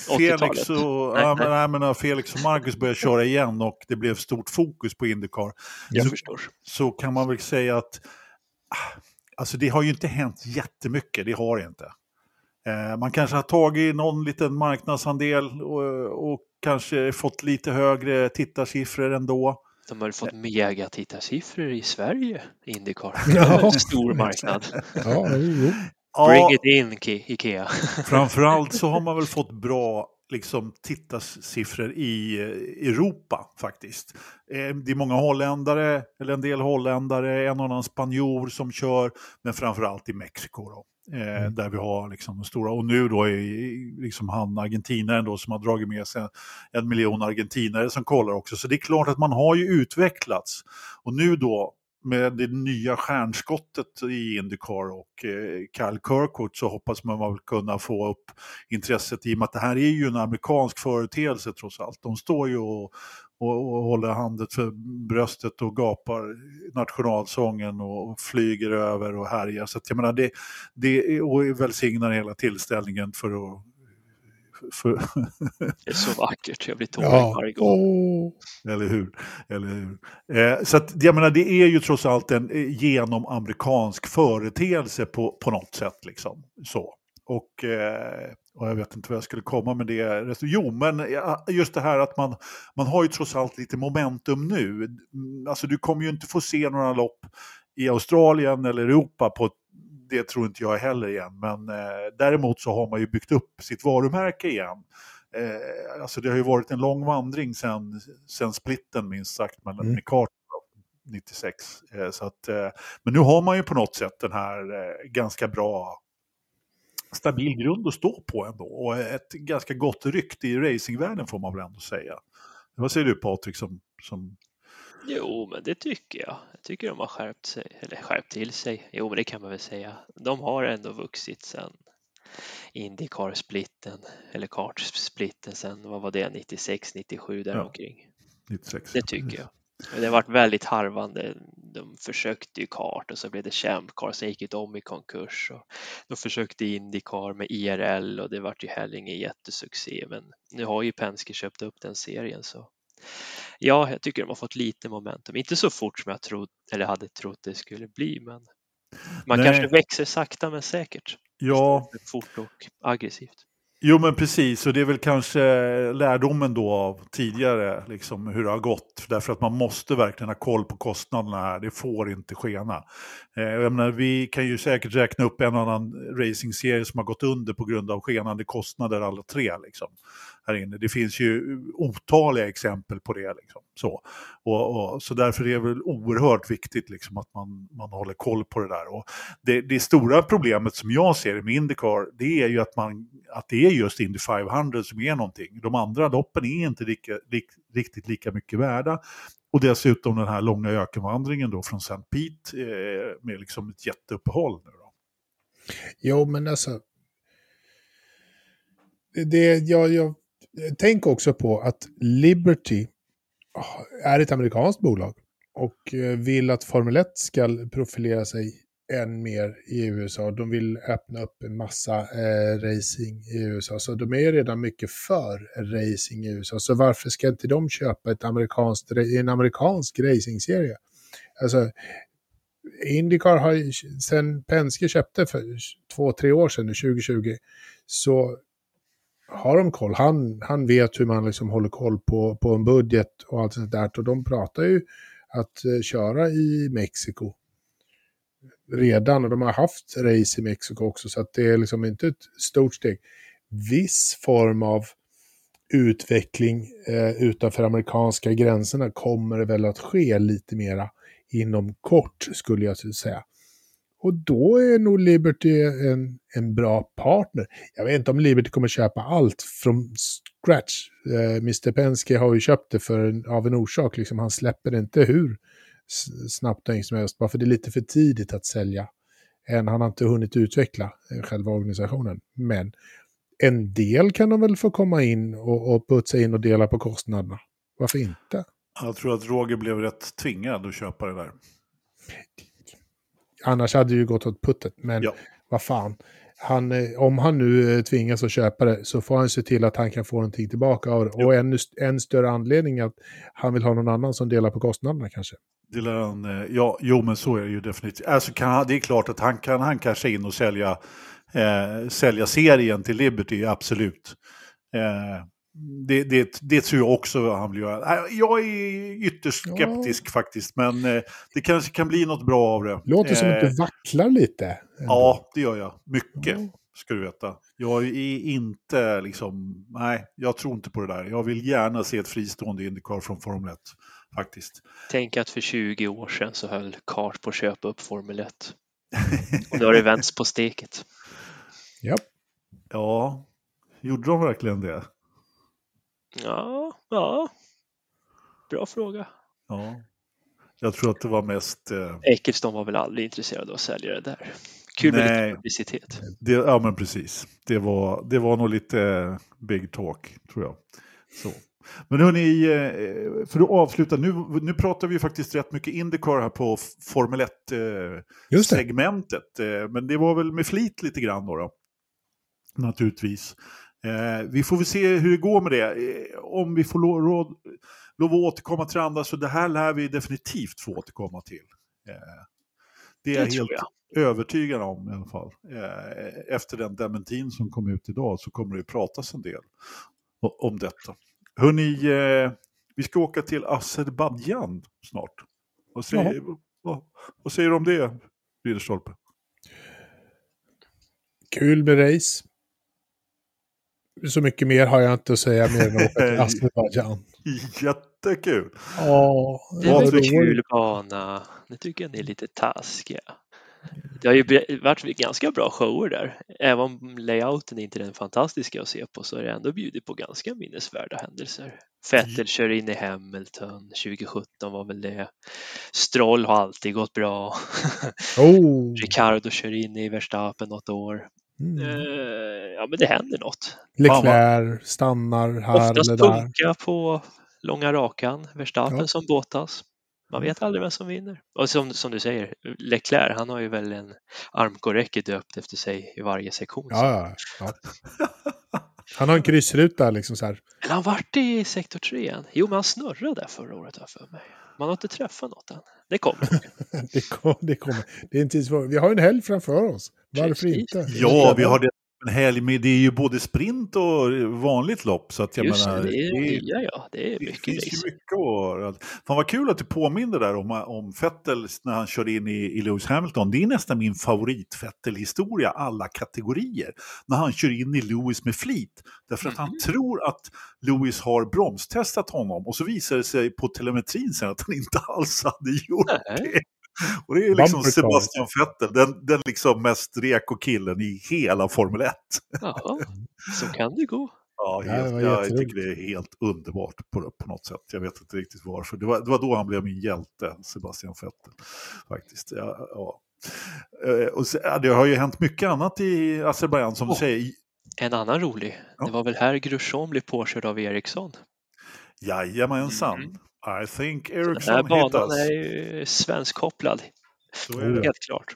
Felix och Marcus började köra igen och det blev stort fokus på IndyCar. Så kan man väl säga att alltså det har ju inte hänt jättemycket, det har det inte. Man kanske har tagit någon liten marknadsandel och kanske fått lite högre tittarsiffror ändå. De har fått mega tittarsiffror i Sverige, IndyCar. Stor marknad. Bring it in, Ikea. Framförallt så har man väl fått bra liksom tittarsiffror i Europa faktiskt. Det är många holländare, eller en del holländare, en annan spanjor som kör, men framförallt i Mexiko då. Där vi har liksom stora, och nu då är liksom han argentinaren då som har dragit med sig 1 miljon argentinare som kollar också. Så det är klart att man har ju utvecklats. Och nu då med det nya stjärnskottet i IndyCar och Kyle Kirkwood så hoppas man väl kunna få upp intresset i och med att det här är ju en amerikansk företeelse trots allt. De står ju och håller handen för bröstet och gapar nationalsången och flyger över och härjar. Så att jag menar det och välsignar hela tillställningen för att det är så vackert, jag blir tårig varje gång. Eller hur? Så att, jag menar, det är ju trots allt en genomamerikansk företeelse på något sätt liksom. Så. Och jag vet inte vad jag skulle komma med det. Jo, men just det här att man har ju trots allt lite momentum nu. Alltså du kommer ju inte få se några lopp i Australien eller Europa på det tror inte jag heller igen. Men däremot så har man ju byggt upp sitt varumärke igen. Alltså det har ju varit en lång vandring sen splitten minst sagt mellan Nicar 96. Så att, men nu har man ju på något sätt den här ganska bra stabil grund att stå på ändå. Och ett ganska gott rykte i racingvärlden får man väl ändå säga. Vad säger du Patrik som... Jo, men det tycker jag. Jag tycker de har skärpt till sig. Jo, men det kan man väl säga. De har ändå vuxit sen IndyCar-splitten eller kart-splitten sen, vad var det, 96, 97 däromkring. 96. Det tycker jag. Det har varit väldigt harvande. De försökte ju kart och så blev det Champ-Car, så gick de i konkurs. Och de försökte IndyCar med IRL och det var ju heller ingen jättesuccé. Men nu har ju Penske köpt upp den serien så ja, jag tycker de har fått lite momentum. Inte så fort som jag trodde eller hade trott det skulle bli, men man kanske växer sakta men säkert. Ja. Fort och aggressivt. Jo men precis, och det är väl kanske lärdomen då av tidigare liksom, hur det har gått. Därför att man måste verkligen ha koll på kostnaderna här, det får inte skena. Jag menar, vi kan ju säkert räkna upp en annan racingserie som har gått under på grund av skenande kostnader alla tre liksom, här inne. Det finns ju otaliga exempel på det. Liksom, så därför är det väl oerhört viktigt liksom, att man håller koll på det där. Och det stora problemet som jag ser med IndyCar, det är ju att det är just Indy 500 som är någonting. De andra loppen är inte riktigt lika mycket värda. Och dessutom den här långa ökenvandringen då från St. Pete med liksom ett jätteuppehåll nu då. Jo, men alltså jag tänker också på att Liberty är ett amerikanskt bolag och vill att Formel 1 ska profilera sig än mer i USA. De vill öppna upp en massa racing i USA. Så de är redan mycket för racing i USA. Så varför ska inte de köpa en amerikansk racingserie? Alltså, IndyCar har sen Penske köpte för 2-3 år sedan, 2020, så har de koll. Han vet hur man liksom håller koll på en budget och allt sånt där. Och de pratar ju att köra i Mexiko redan, och de har haft race i Mexiko också, så att det är liksom inte ett stort steg. Viss form av utveckling utanför amerikanska gränserna kommer det väl att ske lite mera inom kort, skulle jag säga. Och då är nog Liberty en bra partner. Jag vet inte om Liberty kommer köpa allt från scratch. Mr. Penske har ju köpt det av en orsak. Liksom, han släpper det inte hur snabbt och som helst, bara för det är lite för tidigt att sälja. Han har inte hunnit utveckla själva organisationen. Men en del kan de väl få komma in och putsa in och dela på kostnaderna. Varför inte? Jag tror att Roger blev rätt tvingad att köpa det där. Annars hade det ju gått åt puttet, men vad fan. Om han nu tvingas att köpa det så får han se till att han kan få någonting tillbaka av det. Och en större anledning att han vill ha någon annan som delar på kostnaderna kanske. Jo men så är det ju definitivt. Alltså det är klart att han kan casha in och sälja serien till Liberty, absolut. Det tror jag också han vill göra. Jag är ytterst skeptisk faktiskt, men det kanske kan bli något bra av det. Låter som att du vacklar lite. Ja, det gör jag. Mycket. ska du veta. Jag är inte nej, jag tror inte på det där. Jag vill gärna se ett fristående IndyCar från Formel 1, faktiskt. Tänk att för 20 år sedan så höll Kart på att köpa upp Formel 1. Och nu har det vänts på steket. Japp. Ja, gjorde de verkligen det? Ja. Bra fråga. Ja, jag tror att det var mest... Eccleston var väl aldrig intresserad av att sälja det där. Kul med lite publicitet. Ja, men precis. Det var nog lite big talk, tror jag. Så. Men hörni, för att avsluta, nu pratar vi faktiskt rätt mycket IndyCar här på Formel 1-segmentet. Men det var väl med flit lite grann då. Naturligtvis. Vi får väl se hur det går med det. Om vi får lov att återkomma till andra, så det här lär vi definitivt få återkomma till. Det är jag helt övertygad om i alla fall. Efter den dementin som kom ut idag så kommer det pratas en del om detta. Hörrni, vi ska åka till Azerbaijan snart. Vad säger du om det, Ridderstolpe? Kul med race. Så mycket mer har jag inte att säga mer än att åka till Azerbaijan. Jättekul. Det är en kul bana. Nu tycker jag ni är lite taskiga. Det har ju varit ganska bra shower där. Även om layouten inte är den fantastiska att se på, så är det ändå bjudit på ganska minnesvärda händelser. Vettel kör in i Hamilton 2017 var väl det. Stroll har alltid gått bra. Ricardo kör in i Verstappen något år. Ja, men det händer något. Leclerc stannar här oftast eller där. punka på långa rakan. Verstappen som Bottas. Man vet aldrig vem som vinner. Och som du säger, Leclerc, han har ju väl en armkorräcke döpt efter sig i varje sektion. Ja. Han har en kryssruta liksom så här. Eller han varit i sektor 3 än. Jo, men han snurrade där förra året här för mig. Man har inte träffat något än. Det kommer. det kommer. Det är inte svårt. Vi har en helg framför oss. Varför inte? Ja, vi har en helg med, det är ju både sprint och vanligt lopp, så att jag just menar, det är mycket. Det finns ju mycket att... Fan vad kul att du påminner där om Vettel när han körde in i Lewis Hamilton. Det är nästan min favorit Vettel-historia, alla kategorier. När han kör in i Lewis med flit. Därför att han tror att Lewis har bromstestat honom, och så visar det sig på telemetrin sen att han inte alls hade gjort det. Och det är liksom Sebastian Vettel, den liksom mest reko killen i hela Formel 1. Jaha, så kan det gå. Ja, jag tycker det är helt underbart på något sätt. Jag vet inte riktigt varför. Det var då han blev min hjälte, Sebastian Vettel. Faktiskt. Ja. Och det har ju hänt mycket annat i Azerbaijan som du säger. En annan rolig. Det var väl här Grosjean blev påkörd av Ericsson. Jajamensan. I think Ericsson den här banan är ju svenskkopplad. Så är det. Helt klart.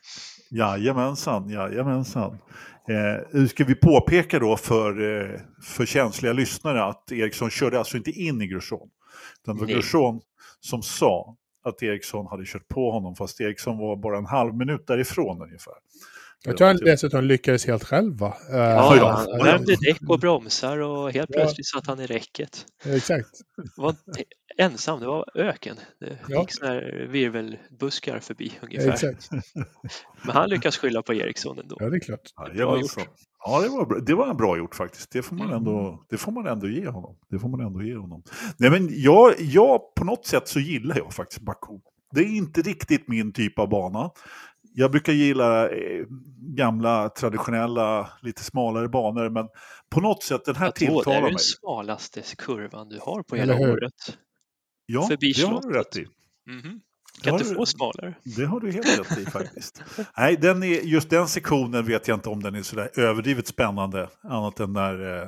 Jajamensan. Nu ska vi påpeka då för känsliga lyssnare att Ericsson körde alltså inte in i Grosjean. Utan det var Grosjean som sa att Ericsson hade kört på honom, fast Ericsson var bara en halv minut därifrån ungefär. Jag tror han dessutom lyckades helt själv, va? Han värmde däck och bromsar och helt plötsligt satt han i räcket. Exakt. Det var ensam, det var öken. Det gick såna här virvelbuskar förbi ungefär. Exakt. Men han lyckas skylla på Ericsson ändå. Ja, det är klart. Bra gjort. Ja, det var bra gjort faktiskt. Det får man ändå ge honom. Nej, men jag på något sätt så gillar jag faktiskt Baku. Det är inte riktigt min typ av bana. Jag brukar gilla gamla, traditionella, lite smalare banor, men på något sätt den här tilltalar mig. Det är den smalaste kurvan du har på hela året. Ja, förbi det har du rätt i. Kan du få smalare? Det har du helt rätt i faktiskt. Nej, just den sektionen vet jag inte om den är så där överdrivet spännande, annat än när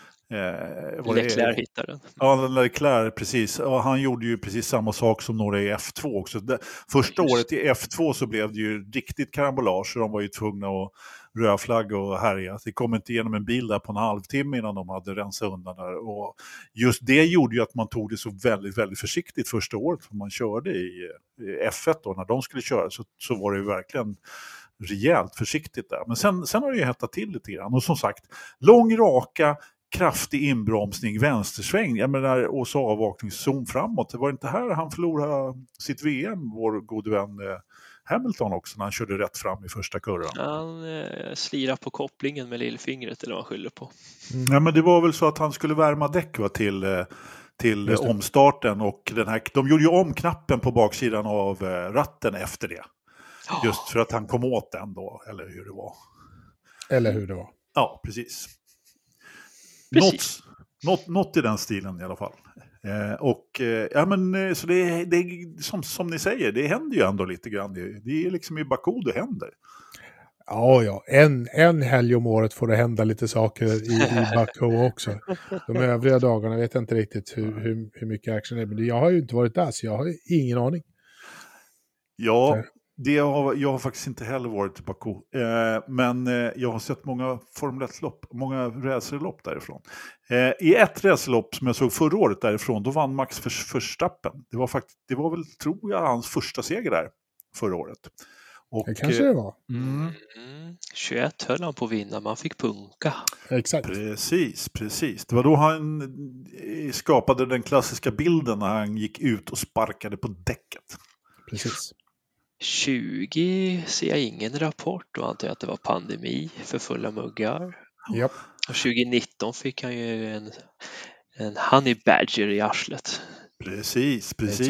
Leclerc hittade den. Ja, Leclerc, precis. Ja, han gjorde ju precis samma sak som några i F2 också. Första året i F2 så blev det ju riktigt karambolage, så de var ju tvungna att rödflagga och härja. Det kom inte igenom en bil där på en halvtimme innan de hade rensat undan där. Och just det gjorde ju att man tog det så väldigt, väldigt försiktigt första året som man körde i F1 då. När de skulle köra så var det ju verkligen rejält försiktigt där. Men sen har det ju hettat till lite grann. Och som sagt, lång raka, kraftig inbromsning, vänstersväng. Jag menar, och så avvakningszon framåt. Det var inte här han förlorade sitt VM, vår gode vän Hamilton också, när han körde rätt fram i första kurvan. Han slirar på kopplingen med lillfingret eller vad han skyller på. Ja, men det var väl så att han skulle värma däck till omstarten, och de gjorde ju om knappen på baksidan av ratten efter det. Just för att han kom åt den då, eller hur det var. Eller hur det var. Ja, precis. Något i den stilen i alla fall. Så det som ni säger, det händer ju ändå lite grann. Det är liksom i Baku det händer. Ja. En helg om året får det hända lite saker i Baku också. De övriga dagarna vet jag inte riktigt hur mycket action det är. Men jag har ju inte varit där, så jag har ingen aning. Ja, jag har faktiskt inte heller varit i Baku. Men jag har sett många Formel 1-lopp, många racerlopp därifrån. I ett racerlopp som jag såg förra året därifrån, då vann Max Verstappen. Det var väl, tror jag, hans första seger där förra året. Och, det kanske det var. 21 höll han på att vinna, man fick punka. Exakt. Precis. Det var då han skapade den klassiska bilden när han gick ut och sparkade på däcket. Precis. 20 ser jag ingen rapport, och antar att det var pandemi för fulla muggar. Japp. Och 2019 fick han ju en honey badger i arslet. Precis.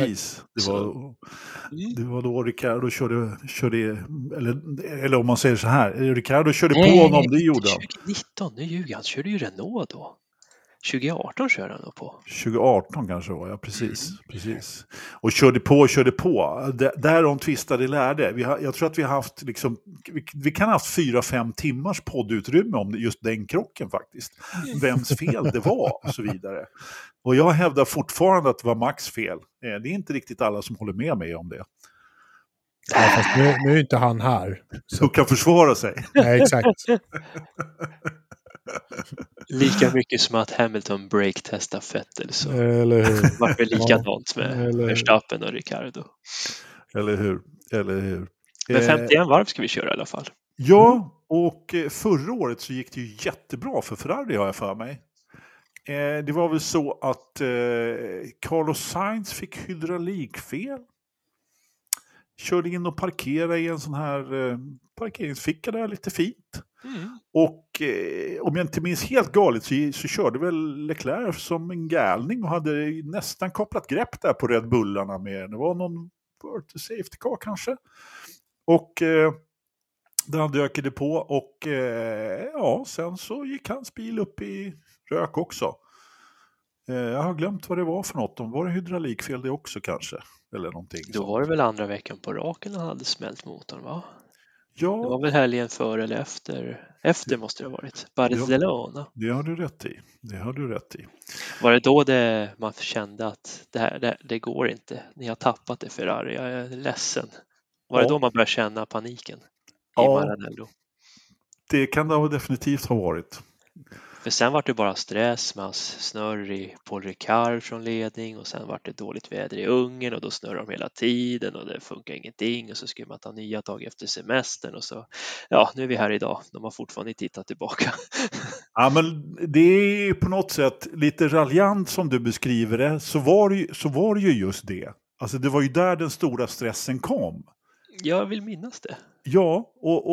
Det var då Ricardo körde eller om man säger så här, Ricardo körde på honom, det gjorde han. 2019, nu ljuger han, körde ju Renault då. 2018 körde han då på. 2018 kanske var, ja, precis. Och körde på. Där de tvistade lärde. Jag tror att vi har haft vi kan ha haft 4-5 timmars poddutrymme om just den krocken faktiskt. Vems fel det var och så vidare. Och jag hävdar fortfarande att det var Max fel. Det är inte riktigt alla som håller med mig om det. Ja, fast nu är inte han här. Så kan försvara sig. Nej, exakt. Lika mycket som att Hamilton break-testar Vettel, så eller hur? var det likadant med Verstappen och Ricardo. Eller hur? Men 51 varv ska vi köra i alla fall. Ja, och förra året så gick det ju jättebra för Ferrari, har jag för mig. Det var väl så att Carlos Sainz fick hydraulikfel. Körde in och parkerade i en sån här parkeringsficka där, lite fint. Och om jag inte minns helt galet så körde väl Leclerc som en galning och hade nästan kopplat grepp där på Red Bullarna med. Det var någon safety car kanske. Och där dök det på, och sen så gick hans bil upp i rök också. Jag har glömt vad det var för något. Var det hydraulikfel det också kanske? Eller någonting. Då var det väl andra veckan på raken han hade smält motorn, va? Ja. Det var väl helgen före eller efter? Efter måste det ha varit. Barcelona. Det har du rätt i. Var det då man kände att det går inte? Ni har tappat det, Ferrari. Jag är ledsen. Var det då man började känna paniken i Maranello? Det kan det definitivt ha varit. För sen var det bara stress, man snurr i Paul Ricard från ledning, och sen var det dåligt väder i Ungern och då snurrar de hela tiden och det funkar ingenting, och så skulle man ta nya tag efter semestern, och så nu är vi här idag. De har fortfarande inte tittat tillbaka. Ja, men det är på något sätt lite raljant som du beskriver det, så var det ju just det. Alltså det var ju där den stora stressen kom. Jag vill minnas det. Ja,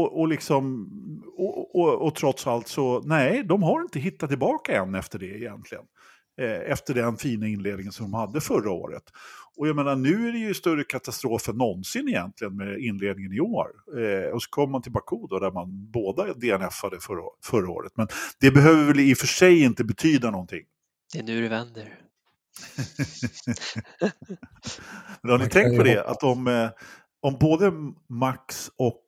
och trots allt så, nej, de har inte hittat tillbaka än efter det egentligen. Efter den fina inledningen som de hade förra året. Och jag menar, nu är det ju större katastrof än någonsin egentligen med inledningen i år. Och så kommer man till Baku då, där man båda DNF-ade förra året. Men det behöver väl i och för sig inte betyda någonting. Det är nu det vänder. Men har ni tänkt på det? Att om både Max och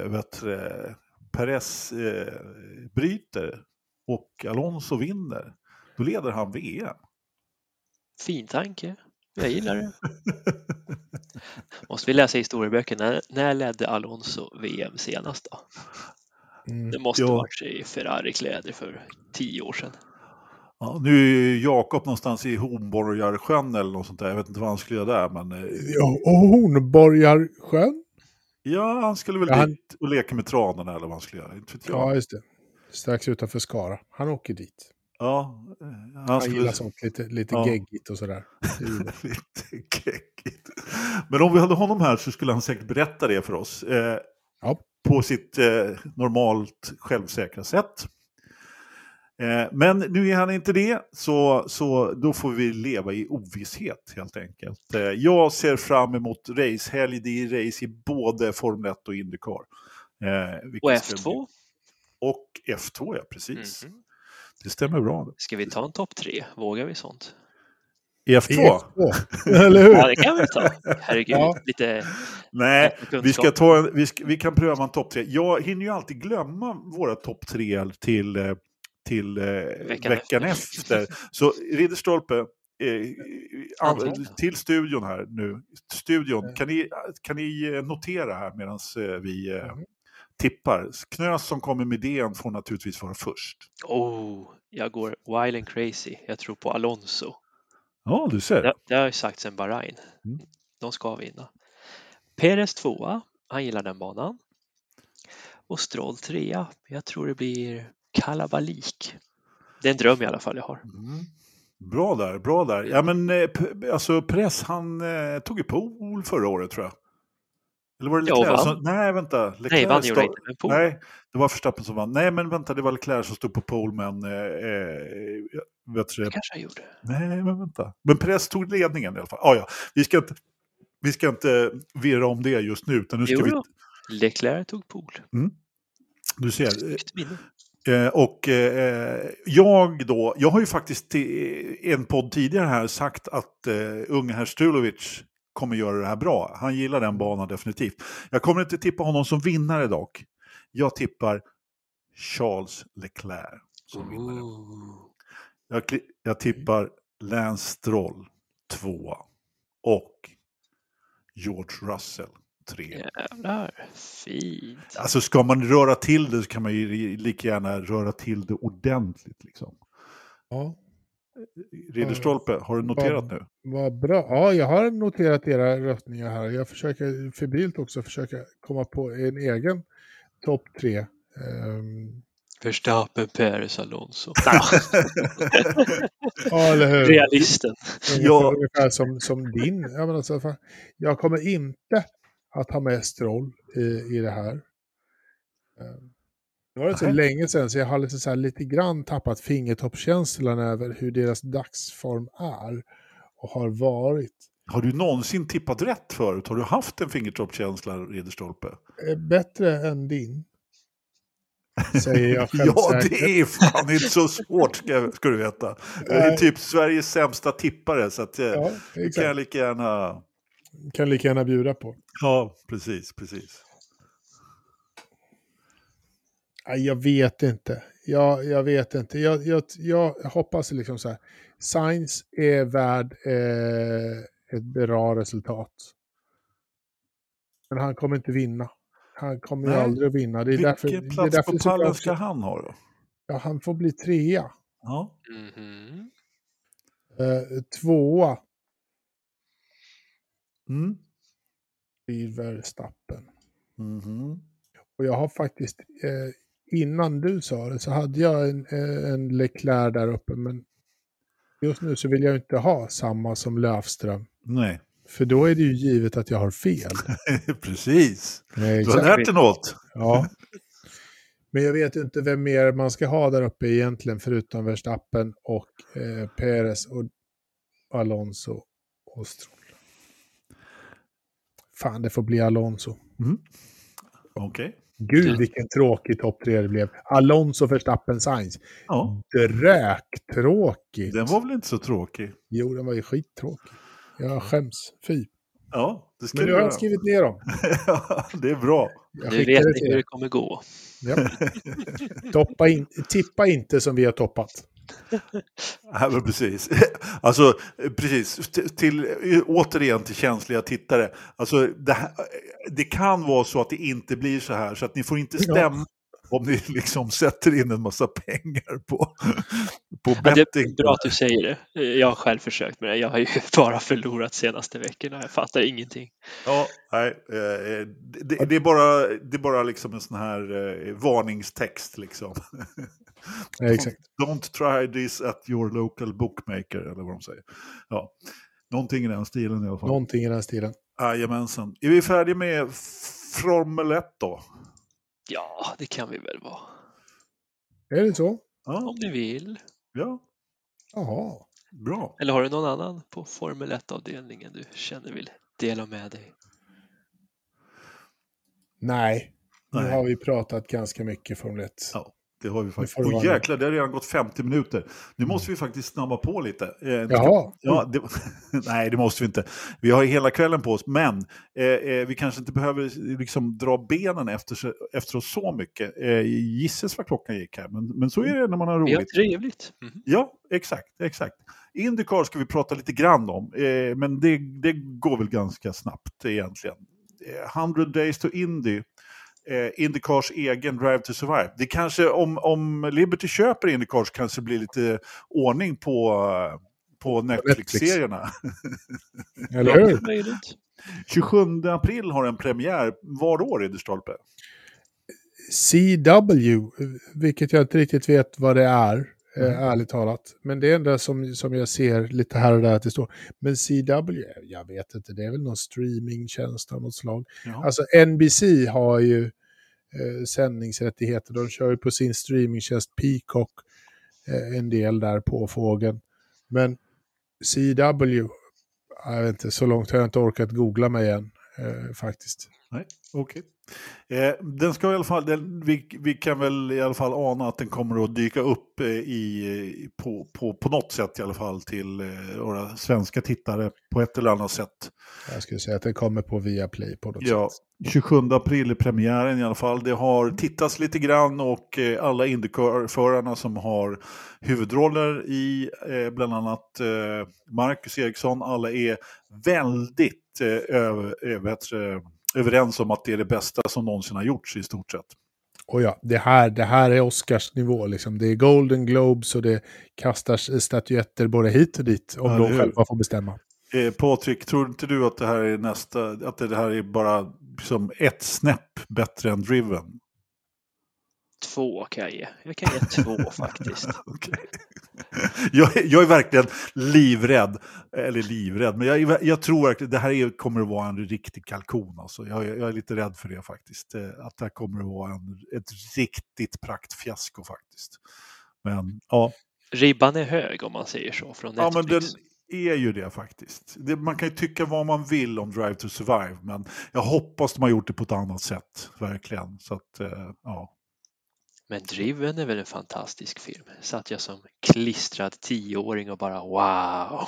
Perez bryter och Alonso vinner, då leder han VM. Fin tanke. Jag gillar det. Måste vi läsa historieböckerna. När ledde Alonso VM senast då? Det måste varit i Ferrari-kläder för 10 år sedan. Ja, nu är Jakob någonstans i Hornborgarsjön eller något sånt där. Jag vet inte vad han skulle göra där. Men... Ja, och Hornborgarsjön? Ja, han skulle väl dit och leka med tranorna eller vad han skulle göra. Inte vet jag. Ja, just det. Strax utanför Skara. Han åker dit. Ja, Han gillar sånt lite geggigt och sådär. Lite geggigt. Men om vi hade honom här så skulle han säkert berätta det för oss. På sitt normalt självsäkra sätt. Men nu är han inte det, så då får vi leva i ovisshet helt enkelt. Jag ser fram emot racehelg. Det är race i både Formel 1 och IndyCar. Och F2? Och F2, ja, precis. Mm-hmm. Det stämmer bra. Ska vi ta en topp 3? Vågar vi sånt? I F2? Eller hur? Ja, det kan vi ta. Herregud, lite... Nej, vi kan pröva en topp 3. Jag hinner ju alltid glömma våra topp 3 till veckan efter. Så Ridderstolpe, till studion här nu. Studion, kan ni notera här medan vi tippar? Knös som kommer med idén får naturligtvis vara först. Jag går wild and crazy. Jag tror på Alonso. Ja, du ser. Det har jag sagt sedan Bahrain. De ska vinna. Perez 2, han gillar den banan. Och Stroll 3, jag tror det blir kalabalik. Det är en dröm i alla fall jag har. Bra där. Ja, men alltså Perez, han tog ju pole förra året tror jag. Eller var det Leclerc? Nej, vänta. Nej, vann gjorde inte en pole. Nej, det var Verstappen som vann. Nej, men vänta, det var Leclerc som stod på pole, men det kanske jag gjorde. Nej, men vänta. Men Perez tog ledningen i alla fall. Ja. Vi ska inte virra om det just nu, utan nu ska Leclerc tog pole. Du ser. Jag har ju faktiskt i en podd tidigare här sagt att unge herr Strulovic kommer göra det här bra. Han gillar den banan definitivt. Jag kommer inte tippa honom som vinnare dock. Jag tippar Charles Leclerc som vinnare. Jag tippar Lance Stroll 2 och George Russell 3. Jävlar, fint. Alltså ska man röra till det så kan man ju lika gärna röra till det ordentligt liksom. Ja. Ridderstolpe, har du noterat nu? Vad bra. Ja, jag har noterat era röstningar här. Jag försöker febrilt också komma på en egen topp 3. Verstappen, Perez, Alonso. Eller hur? Realisten. Ungefär som din. Jag kommer inte att ha med Stroll i det här. Det var så länge sedan så jag har lite grann tappat fingertoppskänslan över hur deras dagsform är och har varit. Har du någonsin tippat rätt förut? Har du haft en fingertoppskänsla, Ridderstolpe? Bättre än din. Säger jag själv. Ja, det är fan inte så svårt ska du veta. Jag är typ Sveriges sämsta tippare så att det kan jag lika gärna bjuda på. Ja, precis. Jag vet inte. Jag vet inte. Jag hoppas liksom så här. Sainz är värd ett bra resultat. Men han kommer inte vinna. Han kommer ju aldrig att vinna. Det är Vilken plats på pallen ska han ha då? Ja, han får bli 3. Ja. 2. Blir Verstappen. Och jag har faktiskt innan du sa det så hade jag en Leclerc där uppe, men just nu så vill jag inte ha samma som Löfström. Nej. För då är det ju givet att jag har fel. Precis. Du har lärt dig något. Ja. Men jag vet inte vem mer man ska ha där uppe egentligen förutom Verstappen och Perez och Alonso och Stroll. Fan, det får bli Alonso. Okej. Gud, vilken tråkig topp 3 det blev. Alonso, Verstappen, Sainz. Ja. Dröktråkigt. Den var väl inte så tråkig? Jo, den var ju skittråkig. Jag skäms. Fy. Ja, det ska men nu har jag skrivit ner dem. Ja, det är bra. Nu vet ni hur det kommer gå. Ja. Tippa inte som vi har toppat. Ja, men precis. Alltså, precis. Återigen till känsliga tittare. Alltså, det kan vara så att det inte blir så här. Så att ni får inte stämma. Om ni liksom sätter in en massa pengar på Ja, betting. det är bra att du säger det. Jag har själv försökt med det. Jag har ju bara förlorat senaste veckorna. Jag fattar ingenting. Ja, nej, det är bara liksom en sån här varningstext liksom. Ja, exakt. Don't try this at your local bookmaker, eller vad de säger. Ja, någonting i den stilen i alla fall. Någonting i den stilen. Jajamensan. Är vi färdiga med Formel 1 då? Ja, det kan vi väl vara. Är det så? Ja, Om ni vill. ja, Jaha. bra. Eller har du någon annan på Formel 1-avdelningen du känner vill dela med dig? Nej. Nu Nej. har vi pratat ganska mycket Formel 1. Ja, det har vi faktiskt. Nu får det Och vara jäklar, det har redan gått 50 minuter. Nu måste vi faktiskt snabba på lite. Jaha. Ja, nej, det måste vi inte. Vi har hela kvällen på oss, men vi kanske inte behöver liksom dra benen efter oss så mycket. Gisses vad klockan gick här, men så är det när man har roligt. Vi har trevligt. Mm. Ja, exakt. Indycar ska vi prata lite grann om, men det går väl ganska snabbt egentligen. 100 Days to Indy. Indycars egen Drive to Survive. Det kanske, om Liberty köper Indycars, kanske blir lite ordning på Netflix-serierna. Eller hur? Möjligt. 27 april har en premiär. Var år är det, Stolpe? CW, vilket jag inte riktigt vet vad det är, ärligt talat. Men det enda som jag ser lite här och där att det står. Men CW, jag vet inte, det är väl någon streamingtjänst av något slag. Ja. Alltså NBC har ju sändningsrättigheter. De kör ju på sin streamingtjänst Peacock en del där på fågeln. Men CW, jag vet inte, så långt har jag inte orkat googla mig än faktiskt. Nej, okej. Den ska i alla fall, vi kan väl i alla fall ana att den kommer att dyka upp på något sätt i alla fall till våra svenska tittare på ett eller annat sätt. Jag skulle säga att den kommer på Viaplay på något Ja, sätt. 27 april är premiären i alla fall. Det har tittats lite grann och alla Indycar-förarna som har huvudroller i bland annat Marcus Eriksson, alla är väldigt överens om att det är det bästa som någonsin har gjorts i stort sett. Och ja, det här är Oscarsnivå liksom. Det är Golden Globes och det kastas statyetter både hit och dit om de själva får bestämma. Patrik, tror inte du att det här är att det här är bara liksom ett snäpp bättre än Driven? 2 kan jag ge. Jag kan ge 2 faktiskt. Okay. Jag är verkligen livrädd, men jag tror verkligen det här kommer att vara en riktig kalkon. Alltså. Jag är lite rädd för det faktiskt. Att det här kommer att vara ett riktigt praktfiasko faktiskt. Men ja. Ribban är hög om man säger så från Netflix. Ja, men den är ju det faktiskt. Man kan ju tycka vad man vill om Drive to Survive, men jag hoppas de har gjort det på ett annat sätt, verkligen. Så att, ja. Men Driven är väl en fantastisk film. Satt jag som klistrad 10-åring och bara wow.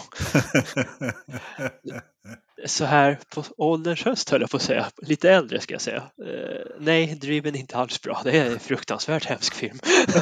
Så här på ålderns höst höll jag på att säga. Lite äldre ska jag säga. Nej, Driven är inte alls bra. Det är en fruktansvärt hemsk film.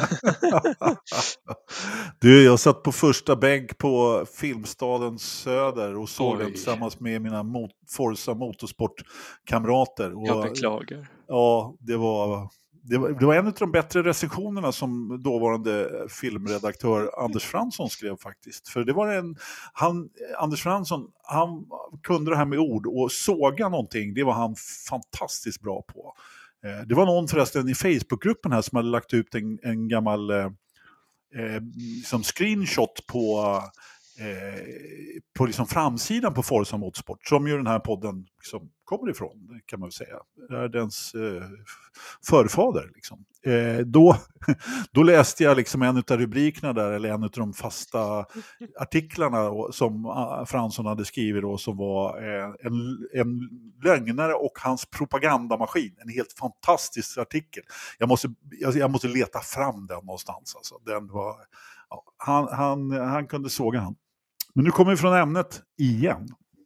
Du, jag satt på första bänk på Filmstaden Söder och såg den tillsammans med mina Forza Motorsport-kamrater. Jag beklagar. Ja, det var en av de bättre recensionerna som dåvarande filmredaktör Anders Fransson skrev faktiskt. För det var Anders Fransson, han kunde det här med ord och såga någonting, det var han fantastiskt bra på. Det var någon förresten i Facebookgruppen här som hade lagt ut en gammal liksom screenshot på liksom framsidan på Forza Motorsport, som ju den här podden liksom kommer ifrån, kan man väl säga. Det är dens förfader. Liksom. Då läste jag liksom en av rubrikerna där, eller en av de fasta artiklarna som Fransson hade skrivit då, som var en lögnare och hans propagandamaskin. En helt fantastisk artikel. Jag måste leta fram den någonstans. Alltså. Den var, ja, han kunde såga han. Men nu kommer vi från ämnet igen.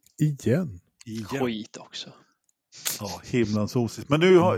Skit också. Ja, himlans osis. Men nu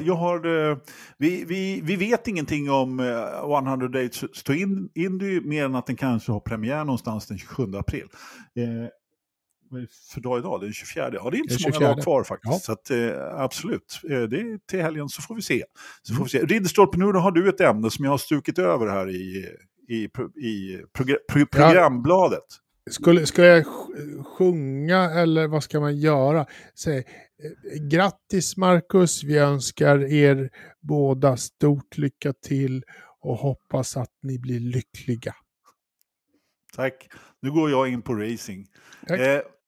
vi vet ingenting om 100 Days to Indy mer än att den kanske har premiär någonstans den 27 april. för dag idag, det är 24. Ja, det är inte Det är så många 24. dagar kvar faktiskt. Ja. Så att, absolut, det är till helgen så får vi se. Ridderstolpe, nu har du ett ämne som jag har strukit över här i programbladet. Ska jag sjunga eller vad ska man göra? Säg, grattis Marcus, vi önskar er båda stort lycka till och hoppas att ni blir lyckliga. Tack. Nu går jag in på racing. Tack.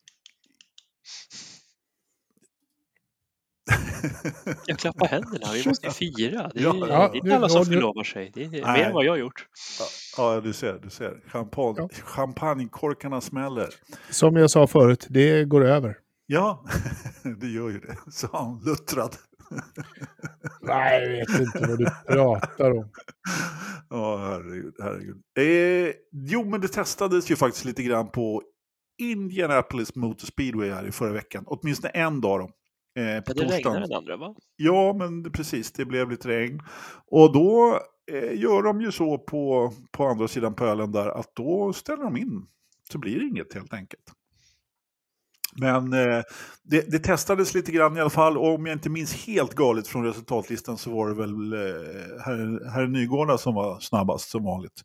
Jag klappar händerna, vi måste fira. Det är, Ja, det är inte alla som förlovar sig. Det är mer än vad jag har gjort. Ja, du ser. Champagnekorkarna smäller. Som jag sa förut, det går över. Ja, det gör ju det. Så han luttrad. Nej, jag vet inte vad du pratar om. Ja, herregud. Jo, men det testades ju faktiskt lite grann på Indianapolis Motor Speedway här i förra veckan. Åtminstone en dag då. På det regnade den andra, va? Ja, men precis. Det blev lite regn. Och då gör de ju så på andra sidan pölen där att då ställer de in. Så blir det inget helt enkelt. Men det testades lite grann i alla fall. Och om jag inte minns helt galet från resultatlistan så var det väl herr Nygårda som var snabbast som vanligt.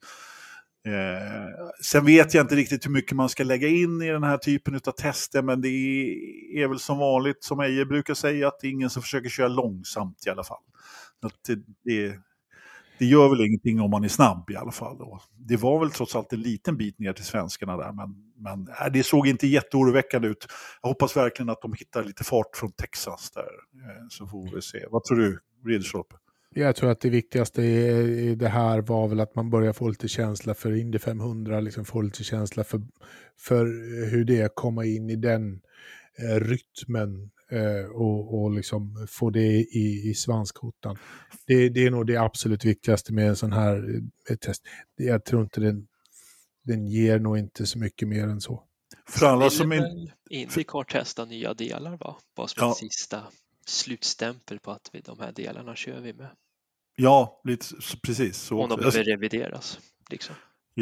Sen vet jag inte riktigt hur mycket man ska lägga in i den här typen av tester, men det är väl som vanligt, som Eje brukar säga, att det är ingen som försöker köra långsamt i alla fall. Att det gör väl ingenting om man är snabb i alla fall. Och det var väl trots allt en liten bit ner till svenskarna där, men det såg inte jätteoroväckande ut. Jag hoppas verkligen att de hittar lite fart från Texas där, så får vi se. Vad tror du, Ridderstolpe? Jag tror att det viktigaste i det här var väl att man börjar få lite känsla för Indy 500, liksom få lite känsla för hur det är att komma in i den rytmen och liksom få det i svanskotan. Det är nog det absolut viktigaste med en sån här test. Jag tror inte den ger nog inte så mycket mer än så. För alla som Indycar testa nya delar, va? Bara som en sista slutstämpel på att de här delarna kör vi med. Ja, lite precis. Så om de behöver revideras, liksom.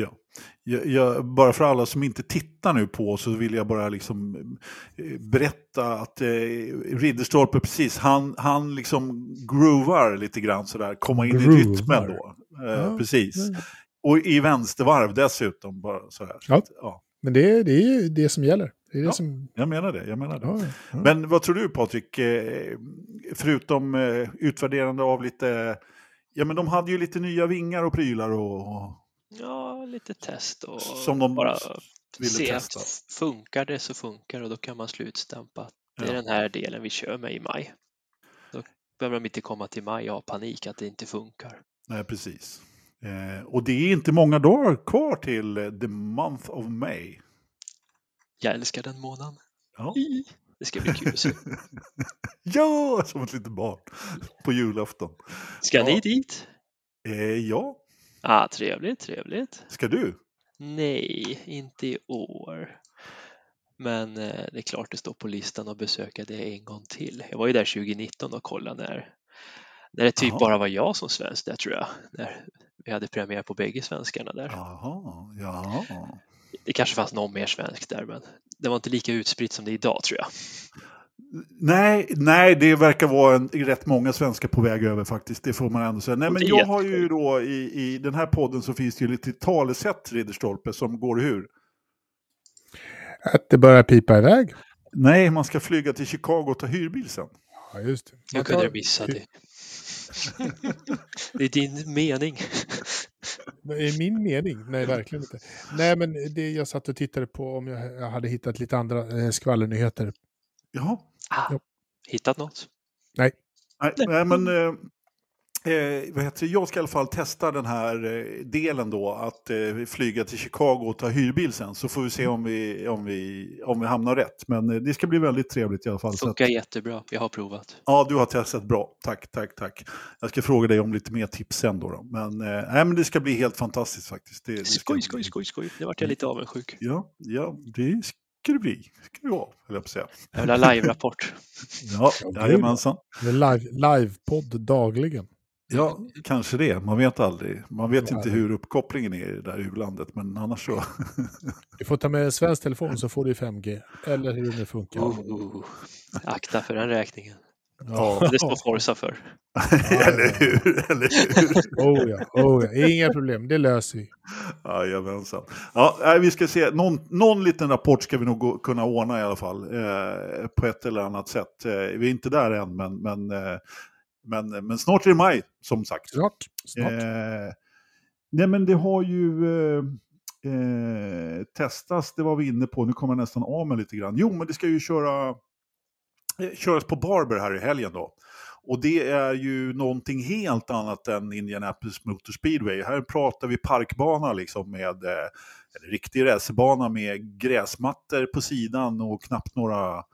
Ja. Bara för alla som inte tittar nu på, så vill jag bara liksom berätta att Ridderstolpe precis, han liksom groovar lite grann sådär, komma in i rytmen då. Precis. Och i vänstervarv dessutom, bara sådär. Ja. Men det är ju det som gäller. Det är det som... Jag menar det. Ja. Men vad tror du, Patrik, förutom utvärderande av lite... Ja, men de hade ju lite nya vingar och prylar och... Ja, lite test och som de bara ville se testa. Funkar det så funkar, och då kan man slutstämpa att det är den här delen vi kör med i maj. Då behöver de inte komma till maj och ha panik att det inte funkar. Nej, precis. Och det är inte många dagar kvar till the month of May. Jag älskar den månaden. Ja. Det ska bli kul att se. Ja, som ett litet barn på julafton. Ska ni dit? Ja. Trevligt. Ska du? Nej, inte i år. Men det är klart det står på listan att besöka det en gång till. Jag var ju där 2019 och kollade när det typ bara var jag som svensk där, tror jag. När vi hade premiär på bägge svenskarna där. Ja. Det kanske fanns någon mer svensk där, men det var inte lika utspritt som det är idag, tror jag. Nej, det verkar vara rätt många svenskar på väg över faktiskt. Det får man ändå säga. Nej, men jag har ju då i den här podden så finns det ju lite talesätt, Ridderstolpe, som går hur? Att det börjar pipa iväg. Nej, man ska flyga till Chicago och ta hyrbil sen. Ja, just det. Jag kunde missa det. Det är din mening. Min mening? Nej, verkligen inte. Nej, men det jag satt och tittade på om jag hade hittat lite andra skvallernyheter. Jaha. Hittat något? Nej, men jag ska i alla fall testa den här delen då, att flyga till Chicago och ta hyrbil sen, så får vi se om vi hamnar rätt. Men det ska bli väldigt trevligt i alla fall. Funkar jättebra, jag har provat. Ja, du har testat bra. Tack. Jag ska fråga dig om lite mer tips sen då. Men det ska bli helt fantastiskt faktiskt. Skoj. Det vart jag lite avundsjuk. Ja, det ska det bli. Ska det vara, höll jag på att säga. Jag vill ha live-rapport. Ja, jajamensan. Live-podd dagligen. Ja, kanske det. Man vet aldrig. Man vet inte hur uppkopplingen är i det där u-landet, men annars så. Du får ta med en svensk telefon så får du 5G. Eller hur det nu funkar. Akta för den räkningen. Ja. Det står Forza för. Eller hur? Eller hur? Oh ja. Inga problem, det löser vi. Jajamensan. Ja, vi ska se. Någon liten rapport ska vi nog kunna ordna i alla fall. På ett eller annat sätt. Vi är inte där än, men snart är det maj, som sagt. Snart. Nej, men det har ju testas, det var vi inne på. Nu kommer jag nästan av mig lite grann. Jo, men det ska ju köras på Barber här i helgen då. Och det är ju någonting helt annat än Indianapolis Motor Speedway. Här pratar vi parkbana liksom med riktig racerbana med gräsmattor på sidan och knappt några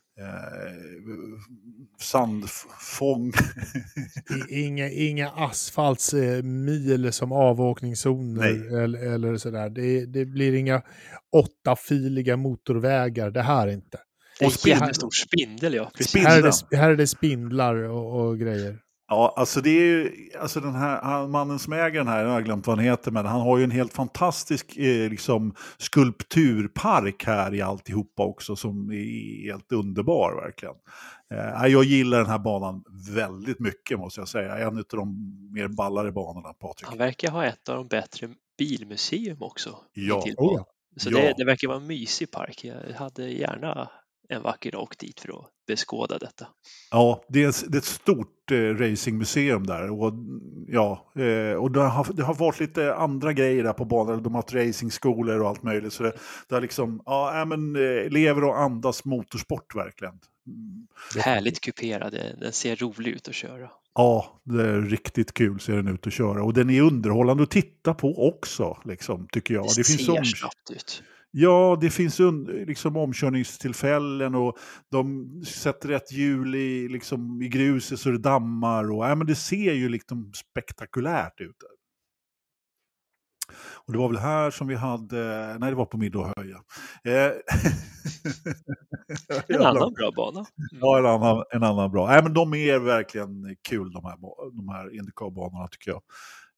sandfång. Inga asfaltsmil som avåkningszoner eller sådär. Det blir inga 8-filiga motorvägar, det här inte. Det är en jättestor spindel, ja. Precis. Här är det spindlar och grejer. Ja, alltså det är ju, alltså den här mannen som äger den här, jag har glömt vad han heter, men han har ju en helt fantastisk liksom skulpturpark här i alltihopa också som är helt underbar verkligen. Jag gillar den här banan väldigt mycket, måste jag säga. En av de mer ballare banorna, Patrik. Han verkar ha ett av de bättre bilmuseum också. Ja. Så det verkar vara en mysig park. Jag hade gärna en vacker dag åkt dit för att beskåda detta. Ja, det är ett stort racingmuseum där. Och, och det har varit lite andra grejer där på banan. De har haft racingskolor och allt möjligt. Så det har liksom, lever och andas motorsport verkligen. Härligt kuperad, den ser rolig ut att köra. Ja, det är riktigt kul ser den ut att köra. Och den är underhållande att titta på också, liksom, tycker jag. Det ser snabbt ut. Ja, det finns liksom omkörningstillfällen och de sätter ett hjul i gruset så det dammar. Och, men det ser ju liksom spektakulärt ut. Och det var väl här som vi hade, nej det var på Middelhöja. En annan bra bana. Ja, en annan bra. Nej, men de är verkligen kul de här Indycar-banorna tycker jag.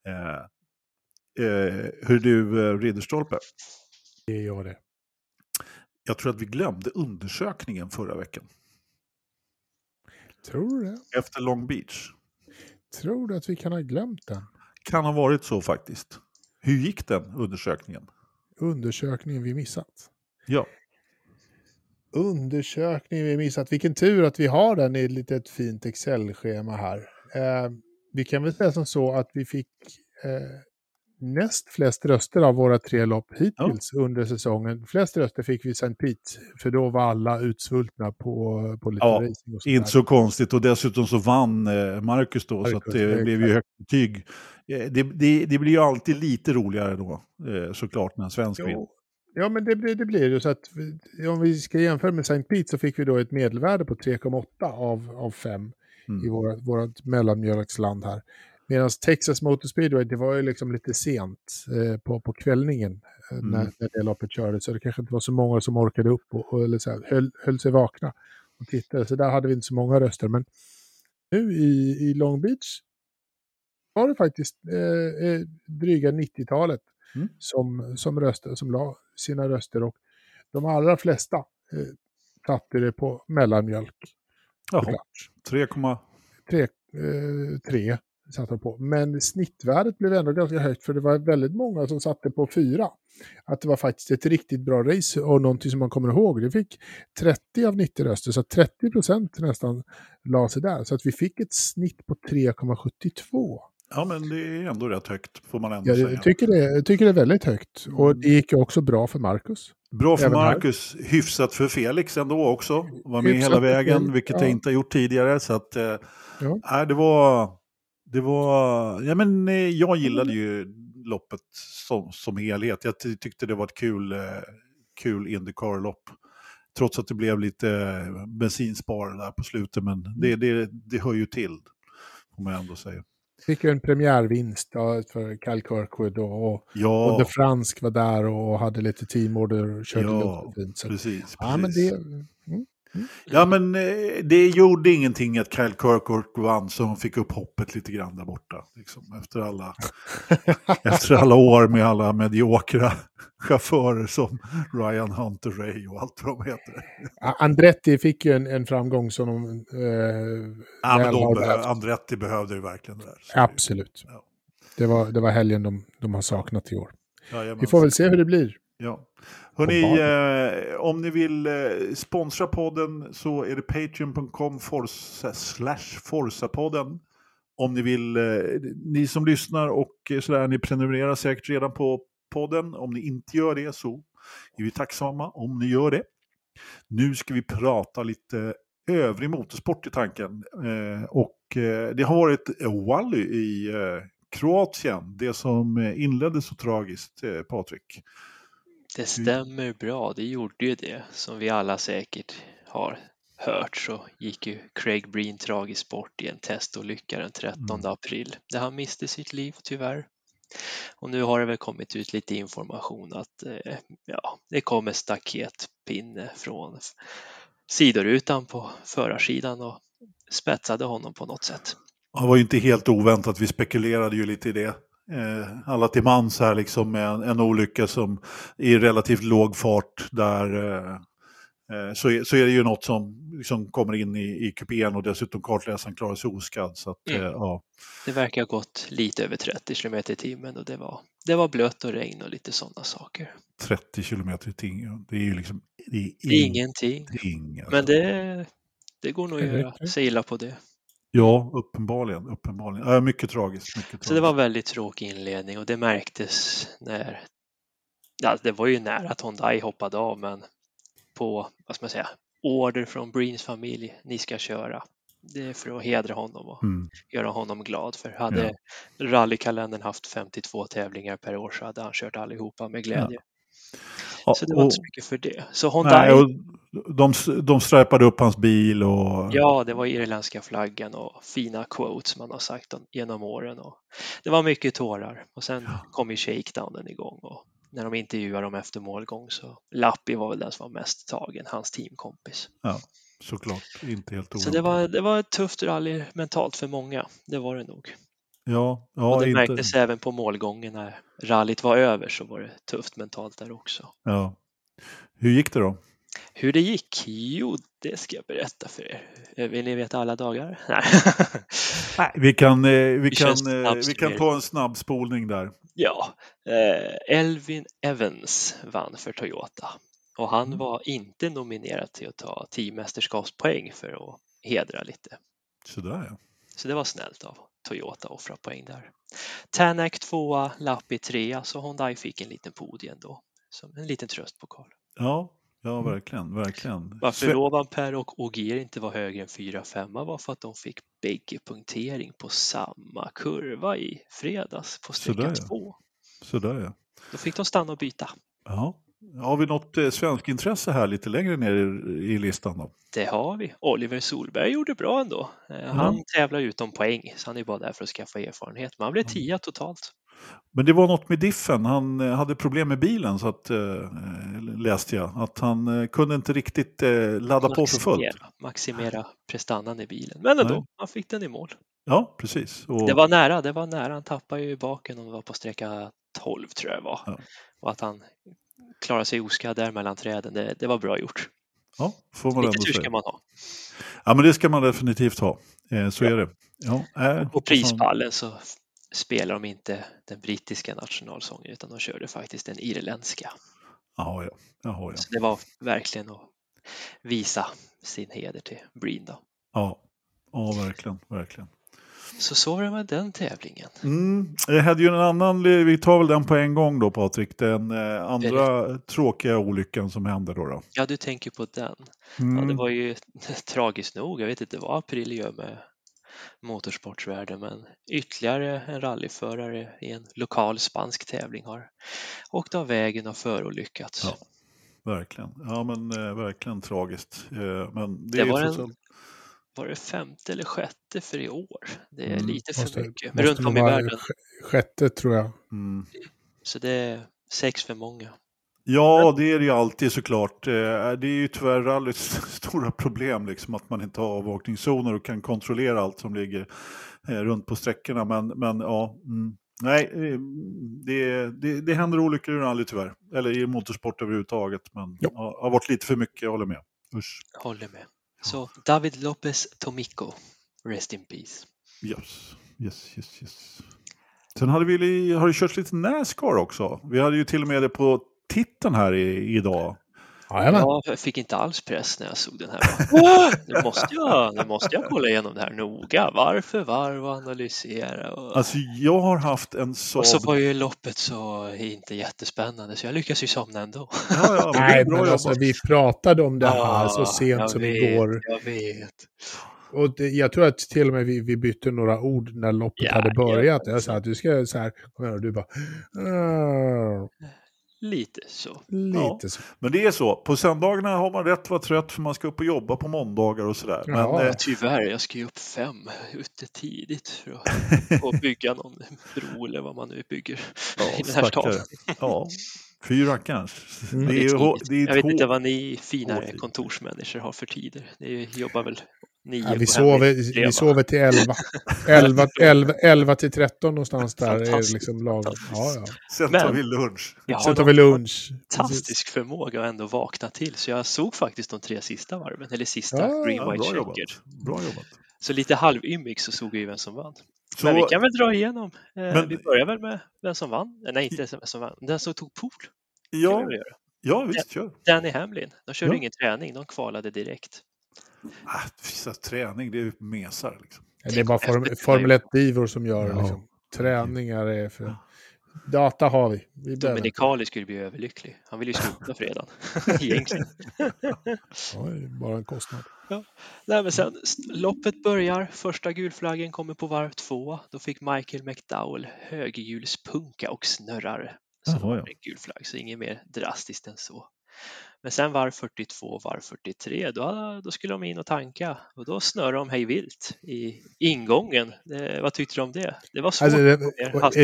Hur du, Ridderstolpe? Det gör det. Jag tror att vi glömde undersökningen förra veckan. Tror du det? Efter Long Beach. Tror du att vi kan ha glömt den? Kan ha varit så faktiskt. Hur gick den undersökningen? Undersökningen vi missat. Ja. Undersökningen vi missat. Vilken tur att vi har den i ett litet fint Excel-schema här. Vi kan väl säga som så att vi fick näst flest röster av våra 3 lopp hittills under säsongen. Flest röster fick vi St. Pete, för då var alla utsvultna på lite racing och inte så konstigt. Och dessutom så vann Marcus då, så att det blev ju högt betyg. Det blir ju alltid lite roligare då, såklart, när en svensk vinner. Ja, men det blir ju så att om vi ska jämföra med St. Pete så fick vi då ett medelvärde på 3,8 av 5 i vårt mellanmjölksland här. Medan Texas Motor Speedway, det var ju liksom lite sent på kvällningen när det loppet kördes. Så det kanske inte var så många som orkade upp och eller så här, höll sig vakna och tittade. Så där hade vi inte så många röster. Men nu i Long Beach var det faktiskt dryga 90-talet som la sina röster. Och de allra flesta satte det på mellanmjölk. Jaha, 3 satte de på. Men snittvärdet blev ändå ganska högt, för det var väldigt många som satte på 4. Att det var faktiskt ett riktigt bra race och någonting som man kommer ihåg. Det fick 30 av 90 röster, så 30% nästan la sig där. Så att vi fick ett snitt på 3,72. Ja, men det är ändå rätt högt, får man ändå säga. Jag tycker det är väldigt högt. Och det gick ju också bra för Marcus. Bra för Marcus, hyfsat för Felix ändå också. Var med hela vägen, vilket jag inte har gjort tidigare. Så att, jag gillade ju loppet som helhet. Jag tyckte det var ett kul Indycar-lopp. Trots att det blev lite bensinspar där på slutet, men det hör ju till, får man ändå säga. Fick ju en premiärvinst för Kyle Kirkwood och De Fransk var där och hade lite teamorder och körde lite fint. Så. Precis. Ja, men Ja, men det gjorde ingenting att Kyle Kirkwood vann, så hon fick upp hoppet lite grann där borta. Liksom, efter alla år med alla mediokra chaufförer som Ryan Hunter Ray och allt vad de heter. Andretti fick ju en framgång som de Ja, men Andretti behövde ju verkligen det där. Absolut. Ja. Det var helgen de har saknat i år. Ja, vi får väl se hur det blir. Ja. Hörrni, om ni vill sponsra podden så är det patreon.com/Forza-podden. Om ni vill, ni som lyssnar och sådär, ni prenumererar säkert redan på podden. Om ni inte gör det så är vi tacksamma om ni gör det. Nu ska vi prata lite övrig motorsport i tanken. Det har varit Wally i Kroatien, det som inleddes så tragiskt, Patrik. Det stämmer bra, det gjorde ju det. Som vi alla säkert har hört så gick ju Craig Breen tragiskt bort i en testolycka den 13 april. Där han miste sitt liv tyvärr. Och nu har det väl kommit ut lite information att det kommer staketpinne från sidorutan på förarsidan och spetsade honom på något sätt. Det var ju inte helt oväntat, vi spekulerade ju lite i det. Alla till mans här liksom med en olycka som i relativt låg fart där så är det ju något som liksom kommer in i kupén och dessutom kartläsaren klarar sig oskadd. Så att, ja. Det verkar ha gått lite över 30 km i timmen och det var blött och regn och lite sådana saker. 30 km i timmen, det är ju liksom ingenting. Alltså. Men det går nog att göra sig illa på det. Ja, uppenbarligen. Mycket tragiskt. Så det var väldigt tråkig inledning och det märktes när, det var ju nära att Hyundai hoppade av, men på, order från Breens familj, ni ska köra. Det är för att hedra honom och göra honom glad. För hade rallykalendern haft 52 tävlingar per år så hade han kört allihopa med glädje. Ja. Så det var inte så mycket för det. Så Hyundai... de stripade upp hans bil och... Ja, det var irländska flaggan och fina quotes man har sagt genom åren. Och det var mycket tårar. Och sen kom ju shakedownen igång och när de intervjuade dem efter målgång så Lappi var väl den som var mest tagen, hans teamkompis. Ja, såklart. Inte helt oväntat. Så det var ett tufft rally mentalt för många. Det var det nog. Ja, och det märktes även på målgången när rallyt var över så var det tufft mentalt där också. Ja. Hur gick det då? Hur det gick? Jo, det ska jag berätta för er. Vill ni veta alla dagar? Nej, vi kan ta en snabb spolning där. Ja, Elfyn Evans vann för Toyota. Och han var inte nominerad till att ta teammästerskapspoäng för att hedra lite. Sådär ja. Så det var snällt av Toyota att offra poäng där. Tänak 2, Lappi 3, så Hyundai fick en liten podium då. Som en liten tröstpokal. Ja, verkligen. Varför Rovanper och Ogier inte var högre än 4-5 var för att de fick bägge punktering på samma kurva i fredags på sträcka 2. Sådär ja. Då fick de stanna och byta. Ja. Har vi något svensk intresse här lite längre ner i listan då? Det har vi. Oliver Solberg gjorde bra ändå. Han tävlar utom poäng så han är bara där för att skaffa erfarenhet. Men han blev 10 totalt. Men det var något med diffen. Han hade problem med bilen så att läste jag. Att han kunde inte riktigt ladda på för fullt. Maximera prestandan i bilen. Men ändå, han fick den i mål. Ja, precis. Och... Det var nära. Han tappade ju baken och det var på sträcka 12 tror jag var. Ja. Och att han klarade sig oskadd där mellan träden, det var bra gjort. Ja, får man lite tur ska man ha. Ja, men det ska man definitivt ha. Så är det. Ja, på prispallen så spelar de inte den brittiska nationalsången utan de körde faktiskt den irländska. Jaha. Så det var verkligen att visa sin heder till Breen då. Ja, verkligen. Så var det med den tävlingen. Jag hade ju en annan, vi tar väl den på en gång då Patrik, den andra tråkiga olyckan som hände då. Ja, du tänker på den. Ja, det var ju tragiskt nog, jag vet inte vad april gör med motorsportsvärlden, men ytterligare en rallyförare i en lokal spansk tävling har åkt av vägen och förolyckats. Ja, verkligen. Ja, men verkligen tragiskt. Men det var det 5:e eller 6:e för i år. Det är lite för mycket. Men runt om i världen. 6:e tror jag. Så det är 6 för många. Ja, det är det ju alltid såklart. Det är ju tyvärr rallyts stora problem liksom, att man inte har avåkningszoner och kan kontrollera allt som ligger runt på sträckorna. Men ja, nej, det händer olyckor i rally tyvärr. Eller i motorsport överhuvudtaget. Men ja, har varit lite för mycket, jag håller med. Usch. Håller med. Så David Lopez Tomico, rest in peace. Yes. Sen har det kört lite NASCAR också. Vi hade ju till och med det på titeln här idag. Jag fick inte alls press när jag såg den här. Nu måste jag kolla igenom det här noga. Varför varv och analysera. Alltså jag har haft en Saab. Och så var ju loppet så inte jättespännande så jag lyckas ju somna ändå. Ja, nej, men alltså, vi pratade om det här så sent som igår. Jag vet. Och jag tror att till och med vi bytte några ord när loppet hade börjat. Jag sa att du ska så här, kom igen, och du bara... Lite så. Så. Men det är så. På söndagarna har man rätt att vara trött för man ska upp och jobba på måndagar och sådär. Men, tyvärr, jag ska ju upp 5 ute tidigt för att bygga någon bro eller vad man nu bygger i den här staden. Ja, 4 kanske. Det är jag vet inte vad ni finare kontorsmänniskor har för tider. Ni jobbar väl 9 vi sover till 11 till 13 någonstans där är liksom lagom. Ja. Sen tar vi lunch. Sen tar vi lunch. Fantastisk förmåga att ändå vakna till. Så jag såg faktiskt de 3 sista varven. Eller sista Green White Checkered. Bra jobbat. Så lite halvymmig så såg vi vem som vann. Men vi kan väl dra igenom. Vi börjar väl med vem som vann. Nej, inte vem som vann. Den som tog pool. Ja, visst, kör. Danny Hamlin. De körde ingen träning. De kvalade direkt. Träning, det är mesar liksom. Det är bara Formel 1-divor som gör liksom. Träningar är för... Data har vi. Dominicali skulle bli överlycklig. Han vill ju sluta fredagen. Egentligen. Bara en kostnad. Ja. Nej, men sen loppet börjar. Första gulflaggen kommer på varv 2. Då fick Michael McDowell högerhjulspunka och snurrar. Så var det en gul flagg. Så inget mer drastiskt än så. Men sen varv 42, varv 43, då skulle de in och tanka. Och då snurrade de hej vilt i ingången. Vad tyckte du om det? Det var svårt. Alltså,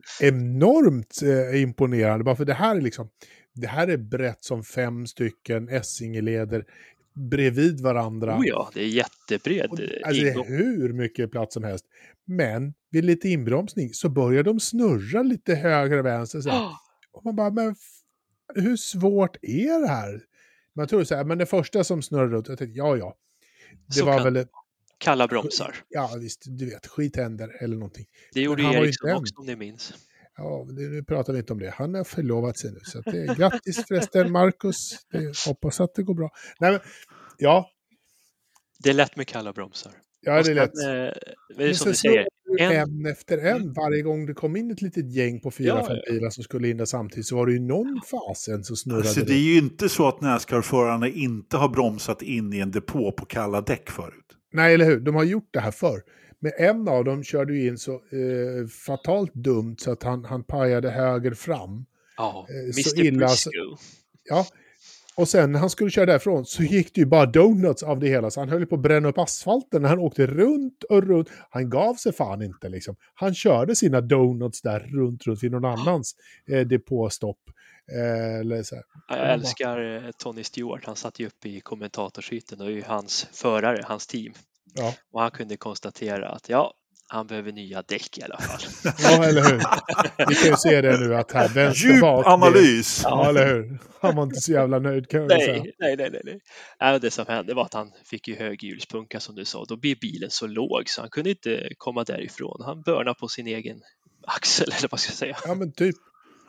enormt imponerande. Bara för det här är brett som 5 stycken Essingeleder bredvid varandra. Oh ja, det är jättebred alltså, ingång. Hur mycket plats som helst. Men vid lite inbromsning så börjar de snurra lite höger och vänster. Så och man bara, men hur svårt är det här? Man tror så här, men det första som snurrade runt, jag tänkte, ja. Det så var väl... Kalla bromsar. Ja, visst, du vet, skithänder eller någonting. Det gjorde Eriksson också, om ni minns. Ja, nu pratar vi inte om det. Han har förlovat sig nu. Så att det är grattis förresten, Marcus. Hoppas att det går bra. Nej, men, ja. Det är lätt med kalla bromsar. Ja, det är lätt. Det är som du säger. En efter en, varje gång det kom in ett litet gäng på 4-5 bilar som skulle in där samtidigt, så var det ju någon fasen som snurrade. Alltså, det är ju inte så att NASCAR-förarna inte har bromsat in i en depå på kalla däck förut. Nej, eller hur? De har gjort det här förr. Men en av dem körde ju in så fatalt dumt så att han pajade höger fram. Ja, så Mr. illa. Ja. Och sen när han skulle köra därifrån så gick det ju bara donuts av det hela. Så han höll på att bränna upp asfalten när han åkte runt och runt. Han gav sig fan inte liksom. Han körde sina donuts där runt vid någon annans depåstopp. Eller så här. Jag älskar Tony Stewart. Han satt ju uppe i kommentatorshytten och är ju hans förare, hans team. Ja. Och han kunde konstatera att han behöver nya däck i alla fall. Ja, eller hur? Vi kan ju se det nu att här vänster djup bak. analys! Ja, eller hur? Han var inte så jävla nöjd kan jag säga. Nej. Det som hände var att han fick ju höghjulspunka som du sa. Då blir bilen så låg så han kunde inte komma därifrån. Han börnade på sin egen axel eller vad ska jag säga. Ja, men typ.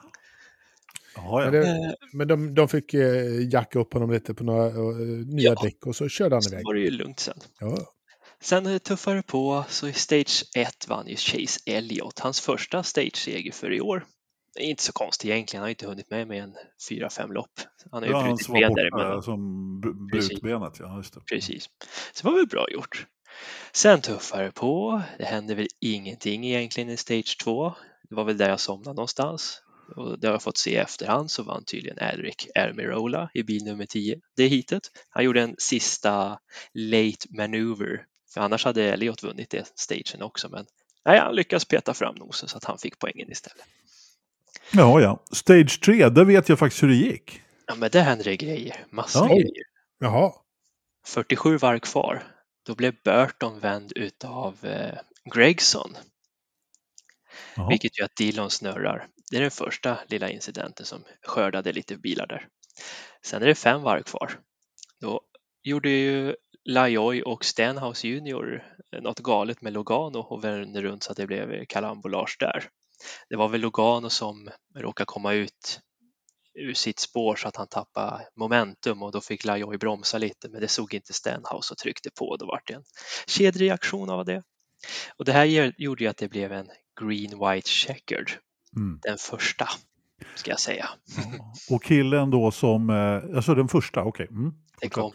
Ja. Men de fick jacka upp honom lite på några nya däck och så körde han iväg. Så var det ju lugnt sen. Ja. Sen tuffade det på, så i Stage 1 vann ju Chase Elliott, hans första stage-seger för i år. Det är inte så konstigt egentligen, han har inte hunnit med en 4-5 lopp. Han har ju brutit ben däremellan. Som brutbenet, ja just det. Precis. Så det var väl bra gjort. Sen tuffade det på, det hände väl ingenting egentligen i Stage 2. Det var väl där jag somnade någonstans. Och det har jag fått se i efterhand så vann tydligen Eric Almirola i bil nummer 10. Det hitet. Han gjorde en sista late maneuver. För annars hade Elliott vunnit det stagen också. Men nej, han lyckas peta fram nosen så att han fick poängen istället. Ja. Stage 3, där vet jag faktiskt hur det gick. Ja, men det hände grejer. Massor Ja. grejer. Jaha. 47 varv kvar. Då blev Burton vänd utav Gregson. Jaha. Vilket gör att Dillon snurrar. Det är den första lilla incidenten som skördade lite bilar där. Sen är det 5 varv kvar. Då gjorde ju Lajoy och Stenhouse Junior något galet med Logano och vände runt så att det blev karambolage där. Det var väl Logano som råkade komma ut ur sitt spår så att han tappade momentum och då fick Lajoy bromsa lite, men det såg inte Stenhouse och tryckte på. Då var det en kedjereaktion av det. Och det här gjorde ju att det blev en green-white checkered. Den första, ska jag säga. Ja. Och killen då som, alltså den första, okej. Det kom.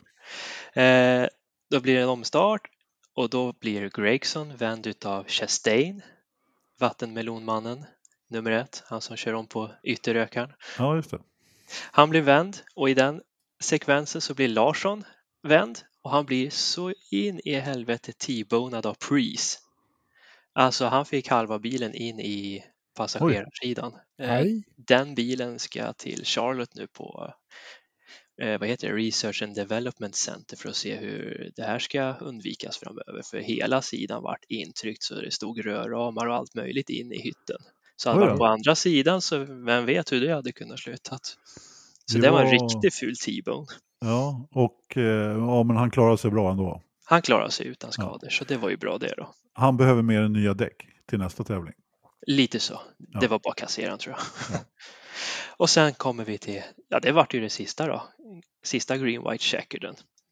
Då blir det en omstart och då blir Gregson vänd utav Chastain, vattenmelonmannen nummer 1, han som kör om på ytterrökaren. Ja, just det. Han blir vänd och i den sekvensen så blir Larsson vänd och han blir så in i helvete T-bonad av Preece. Alltså han fick halva bilen in i passagerarsidan. Den bilen ska till Charlotte nu på Research and Development Center för att se hur det här ska undvikas framöver. För hela sidan vart intryckt så det stod rörramar och allt möjligt in i hytten. Så hade varit på andra sidan så vem vet hur det hade kunnat slutat. Så det var en riktigt ful T-bone. Ja, och men han klarade sig bra ändå. Han klarade sig utan skador så det var ju bra det då. Han behöver mer än nya däck till nästa tävling. Lite så. Ja. Det var bara kasseran tror jag. Ja. Och sen kommer vi till, det vart ju det sista då. Sista green white checkerden.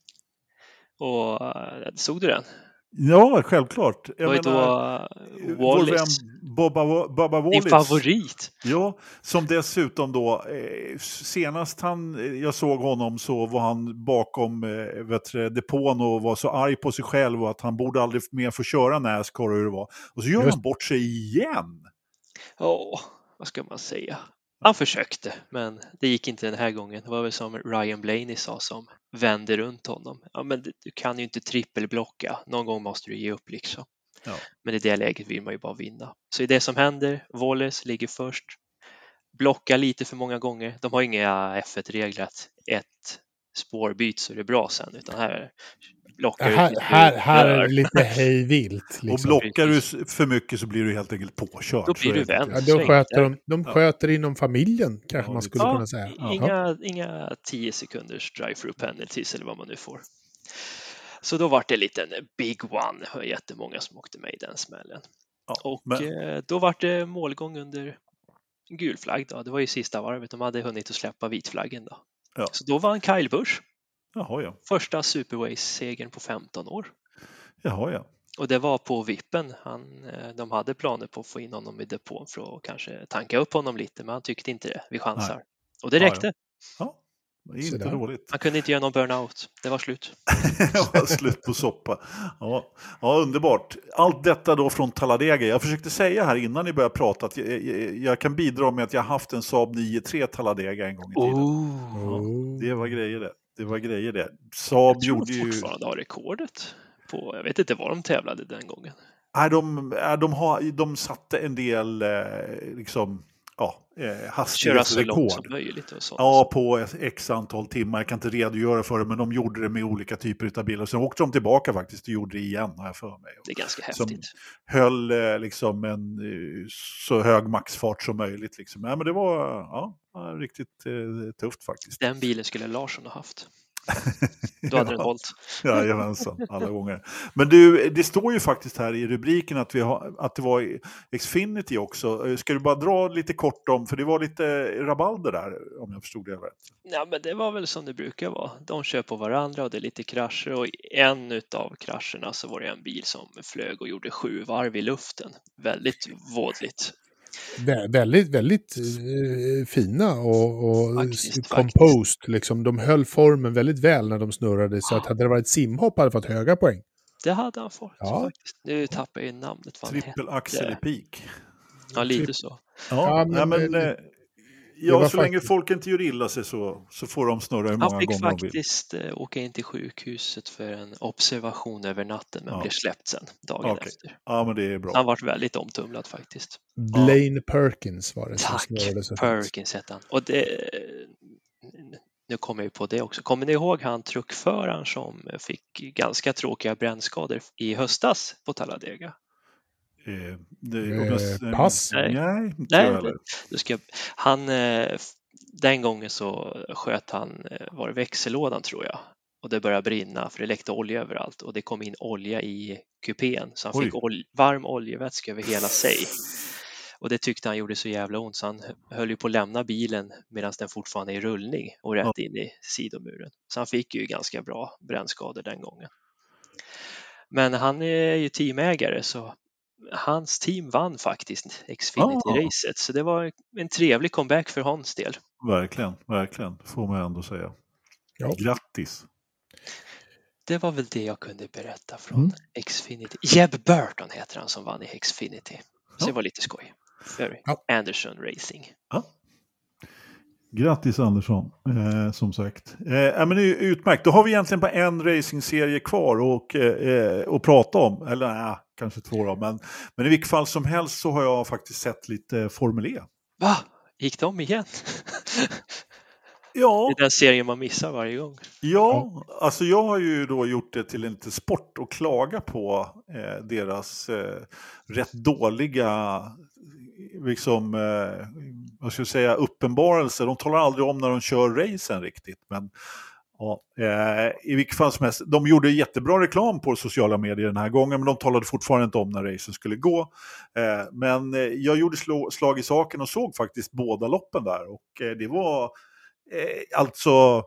Och såg du den? Ja, självklart. Det var ju då Wallace. Bubba Wallace. Din favorit. Ja, som dessutom då senast jag såg honom så var han bakom depån och var så arg på sig själv och att han borde aldrig mer få köra NASCAR och hur det var. Och så gör han bort sig igen. Vad ska man säga? Han försökte, men det gick inte den här gången. Det var väl som Ryan Blaney sa som vände runt honom. Ja, men du kan ju inte trippelblocka. Någon gång måste du ge upp liksom. Ja. Men i det läget vill man ju bara vinna. Så i det som händer, Wallace ligger först. Blockar lite för många gånger. De har inga F1-regler att ett spår byts så det är bra sen. Utan här blockar här är det lite hejvilt. Liksom. Och blockar du för mycket så blir du helt enkelt påkörd. Då blir du vänd. Ja, de sköter inom familjen kanske man skulle kunna säga. Inga 10 sekunders drive-through penalties eller vad man nu får. Så då var det lite en big one. Det var jättemånga som åkte med i den smällen. Då var det målgång under gul flagg. Då. Det var ju sista varvet. De hade hunnit att släppa vitflaggen. Då. Ja. Så då vann Kyle Busch. Jaha, ja. Första Superways-segern på 15 år. Jaha, ja. Och det var på vippen. De hade planer på att få in honom i depån för att kanske tanka upp honom lite. Men han tyckte inte det. Vi chansar. Nej. Och det räckte. Ja. Det är inte dåligt. Han kunde inte göra någon burnout. Det var slut. Det var slut på soppa. Ja, underbart. Allt detta då från Talladega. Jag försökte säga här innan ni började prata att jag kan bidra med att jag haft en Saab 9-3 Talladega en gång i tiden. Ja, det var grejer det. Saab gjorde ju... fortfarande har rekordet på... Jag vet inte vad de tävlade den gången. Nej, de satte en del liksom... hastighetsrekord. Ja, på x antal timmar. Jag kan inte redogöra för det, men de gjorde det med olika typer av bilar. Sen åkte de tillbaka faktiskt och gjorde det igen, har jag för mig. Det är ganska häftigt. Som höll liksom en så hög maxfart som möjligt. Liksom. Ja, men det var riktigt tufft faktiskt. Den bilen skulle Larsson ha haft. Då hade den hållit. Jajamensan, alla gånger. Men du, det står ju faktiskt här i rubriken att det var Xfinity också. Ska du bara dra lite kort om, för det var lite rabalder där, om jag förstod det rätt. Ja, men det var väl som det brukar vara. De kör på varandra och det är lite krascher, och i en utav krascherna så var det en bil som flög och gjorde 7 varv i luften. Väldigt vådligt. Väldigt, väldigt fina och composed. Liksom. De höll formen väldigt väl när de snurrade, så att hade det varit simhopp hade fått höga poäng. Det hade han fått faktiskt. Nu tappar jag namnet. Trippel axel i peak. Ja, lite så. Ja, men Ja, så länge folk inte gör illa sig så får de snurra hur många gånger de vill. Han fick faktiskt åka in till sjukhuset för en observation över natten, men blev släppt sen dagen efter. Ja, men det är bra. Han var väldigt omtumlad faktiskt. Blaine Perkins var det som Tack, snurrade så Perkins hette han. Och nu kommer jag på det också. Kommer ni ihåg han truckföraren som fick ganska tråkiga brännskador i höstas på Talladega? Pass? Nej, den gången så sköt han, var det växellådan tror jag, och det började brinna för det läckte olja överallt och det kom in olja i kupén så han fick varm oljevätska över hela sig. Och det tyckte han gjorde så jävla ont så han höll ju på att lämna bilen medan den fortfarande är i rullning och rätt in i sidomuren. Så han fick ju ganska bra brännskador den gången. Men han är ju teamägare så hans team vann faktiskt Xfinity-racet. Så det var en trevlig comeback för hans del. Verkligen, får man ändå säga. Ja. Grattis! Det var väl det jag kunde berätta från Xfinity. Jeb Burton heter han som vann i Xfinity. Så det var lite skoj. För Anderson Racing. Ja. Grattis Andersson, som sagt. Men det är utmärkt. Då har vi egentligen bara en racingserie kvar och prata om. Eller kanske två då. Men i vilket fall som helst så har jag faktiskt sett lite Formel E. Va? Gick de igen? Ja. Det är den serien man missar varje gång. Ja, alltså jag har ju då gjort det till en liten sport och klaga på deras rätt dåliga liksom, vad ska jag säga, uppenbarelser. De talar aldrig om när de kör racen riktigt, men ja, i vilket fall som helst, de gjorde jättebra reklam på sociala medier den här gången, men de talade fortfarande inte om när racen skulle gå. Men jag gjorde slag i saken och såg faktiskt båda loppen där, och det var alltså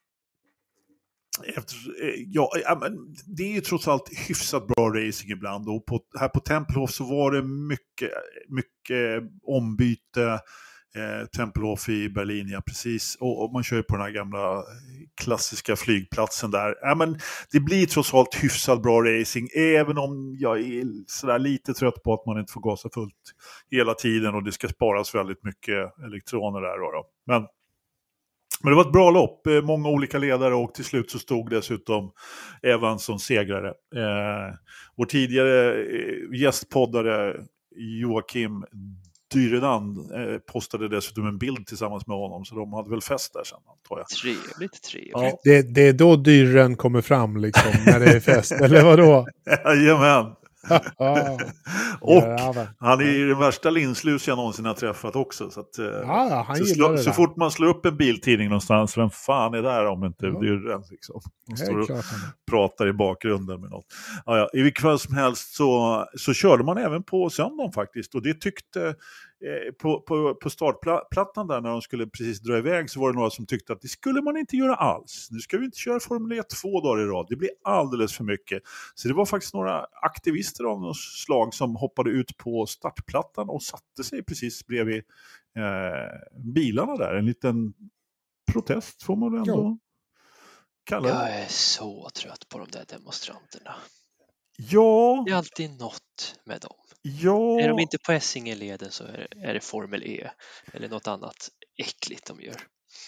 men det är ju trots allt hyfsat bra racing ibland, och här på Tempelhof så var det mycket ombyte. Tempelhof i Berlin, ja precis, och man kör ju på den här gamla klassiska flygplatsen där. Men det blir trots allt hyfsat bra racing, även om jag är sådär lite trött på att man inte får gasa fullt hela tiden och det ska sparas väldigt mycket elektroner där då. Men det var ett bra lopp, många olika ledare, och till slut så stod dessutom Evans som segrare. Vår tidigare gästpoddare Joakim Dyredan postade dessutom en bild tillsammans med honom, så de hade väl fest där sen, antar jag. Trevligt. Ja. Det är då Dyren kommer fram liksom, när det är fest, eller vadå? Jajamän. Och han är ju den värsta linslus jag någonsin har träffat också, så att, så fort man slår upp en biltidning någonstans, vem fan är där om inte Dyrren liksom. De står och pratar i bakgrunden med något. I vilket fall som helst så körde man även på söndagen faktiskt, och det tyckte på startplattan där när de skulle precis dra iväg, så var det några som tyckte att det skulle man inte göra alls. Nu ska vi inte köra Formel E 2 dagar i rad. Det blir alldeles för mycket. Så det var faktiskt några aktivister av något slag som hoppade ut på startplattan och satte sig precis bredvid bilarna där. En liten protest får man ändå kalla det. Jag är så trött på de där demonstranterna. Ja. Det är alltid något med dem. Ja. Är de inte på Essingeleden så är det Formel E eller något annat äckligt de gör.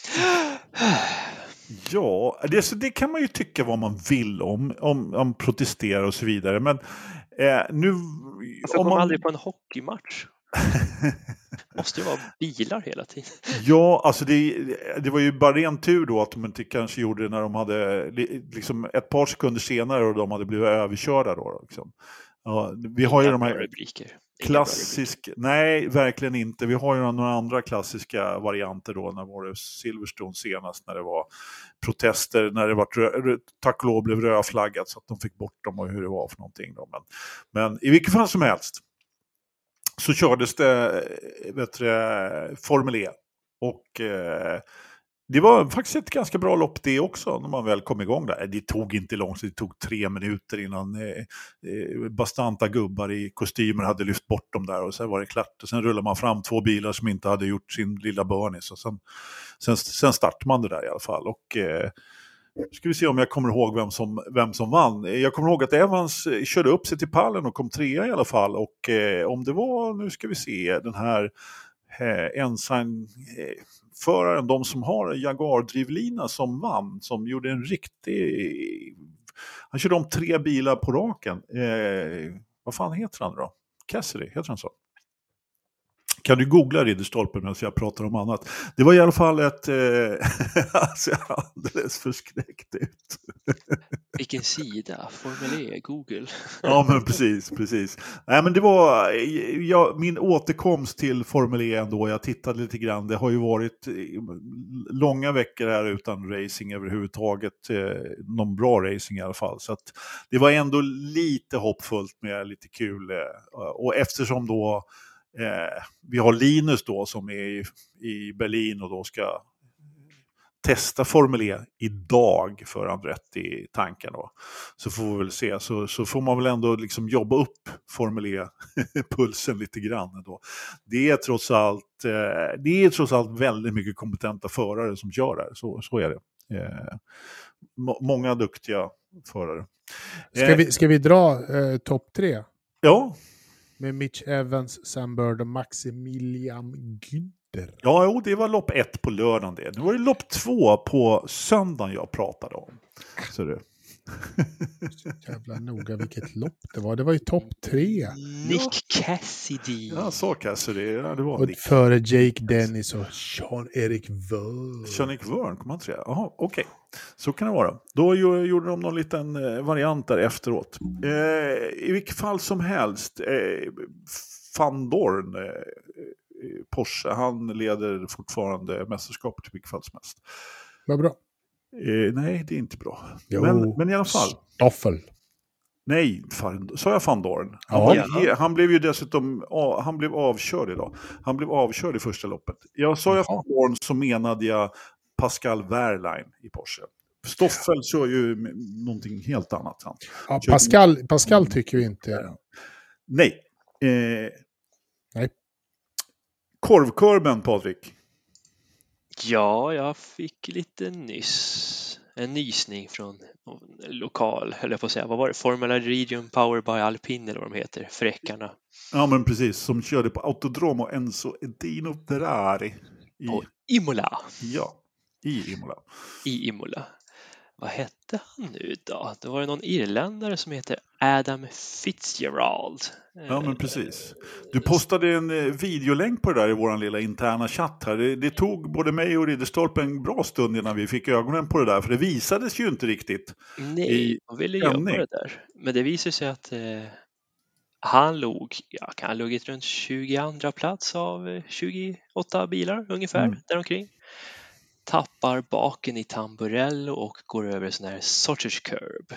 Ja, det kan man ju tycka vad man vill om protestera och så vidare, men nu... Varför går man aldrig på en hockeymatch? Måste ju vara bilar hela tiden. Ja, alltså det var ju bara ren tur då att de inte kanske gjorde det när de hade liksom ett par sekunder senare och de hade blivit överkörda då liksom. Ja, vi har ju de här nej, verkligen inte. Vi har ju några andra klassiska varianter då, när var det Silverstone senast, när det var protester, när det var tack och lov blev rödflaggat så att de fick bort dem och hur det var för någonting då. Men i vilket fall som helst så kördes det Formel E, och det var faktiskt ett ganska bra lopp det också när man väl kom igång där. Det tog inte långt, det tog 3 minuter innan bastanta gubbar i kostymer hade lyft bort dem där, och sen var det klart. Och sen rullade man fram 2 bilar som inte hade gjort sin lilla börnis, och sen startade man det där i alla fall. Och ska vi se om jag kommer ihåg vem som vann. Jag kommer ihåg att Evans körde upp sig till pallen och kom 3 i alla fall, och om det var, nu ska vi se, den här ensamföraren, de som har Jaguar-drivlina som vann, som gjorde en riktig... Han körde om 3 bilar på raken. Vad fan heter han då? Cassidy, heter han så? Kan du googla Ridderstolpen medan jag pratar om annat? Det var i alla fall ett... alltså alldeles förskräckt ut. Vilken sida? Formel E, Google. Ja, men precis. Nej, men det var min återkomst till Formel E ändå. Jag tittade lite grann. Det har ju varit långa veckor här utan racing överhuvudtaget. Någon bra racing i alla fall. Så att det var ändå lite hoppfullt med lite kul. Och eftersom då vi har Linus då som är i Berlin och då ska testa Formel E idag för Andretti tanken då. Så får vi väl se. Så får man väl ändå liksom jobba upp Formel E-pulsen lite grann då. Det är trots allt väldigt mycket kompetenta förare som kör där. Så är det. Många duktiga förare. Ska vi dra topp 3? Ja. Med Mitch Evans, Sam Bird och Maximilian Günther. Ja, det var lopp 1 på lördagen det. Nu var det lopp 2 på söndagen jag pratade om. Så det. Jävla noga vilket lopp det var. Det var ju topp 3. Nick Cassidy. Ja, så Cassidy. Ja, det var och Nick. Före Jake Dennis och Jean-Eric Vergne. Jean-Eric Vergne, kommer man inte säga. Jaha, okej. Så kan det vara. Då gjorde de någon liten variant där efteråt. I vilket fall som helst. Van Dorn, Porsche, han leder fortfarande mästerskapet i vilket fall som helst. Vad bra. Nej, det är inte bra. Jo, Men i alla fall. Stoffel. Nej, sa jag Van Dorn? Han blev ju dessutom han blev avkörd idag. Han blev avkörd i första loppet. Sa jag Van Dorn så menade jag Pascal Wehrlein i Porsche. Stoffel kör ju någonting helt annat. Ja, Pascal tycker vi inte. Nej. Nej. Korvkurben, Patrik. Ja, jag fick lite en nysning från lokal, höll jag på att säga. Vad var det? Formula Region Power by Alpine eller vad de heter, fräckarna. Ja, men precis. Som körde på Autodromo Enzo Edino Ferrari. På Imola. Ja, i Imola. Vad hette han nu då? Det var det någon irländare som heter Adam Fitzgerald. Ja, men precis. Du postade en videolänk på det där i vår lilla interna chatt här. Det tog både mig och Ridderstolpe en bra stund innan vi fick ögonen på det där. För det visades ju inte riktigt. Nej, han ville göra det där. Men det visade sig att han kan ha luggit runt 22 plats av 28 bilar ungefär, däromkring. Tappar baken i Tamburello och går över en sån här sorters curb.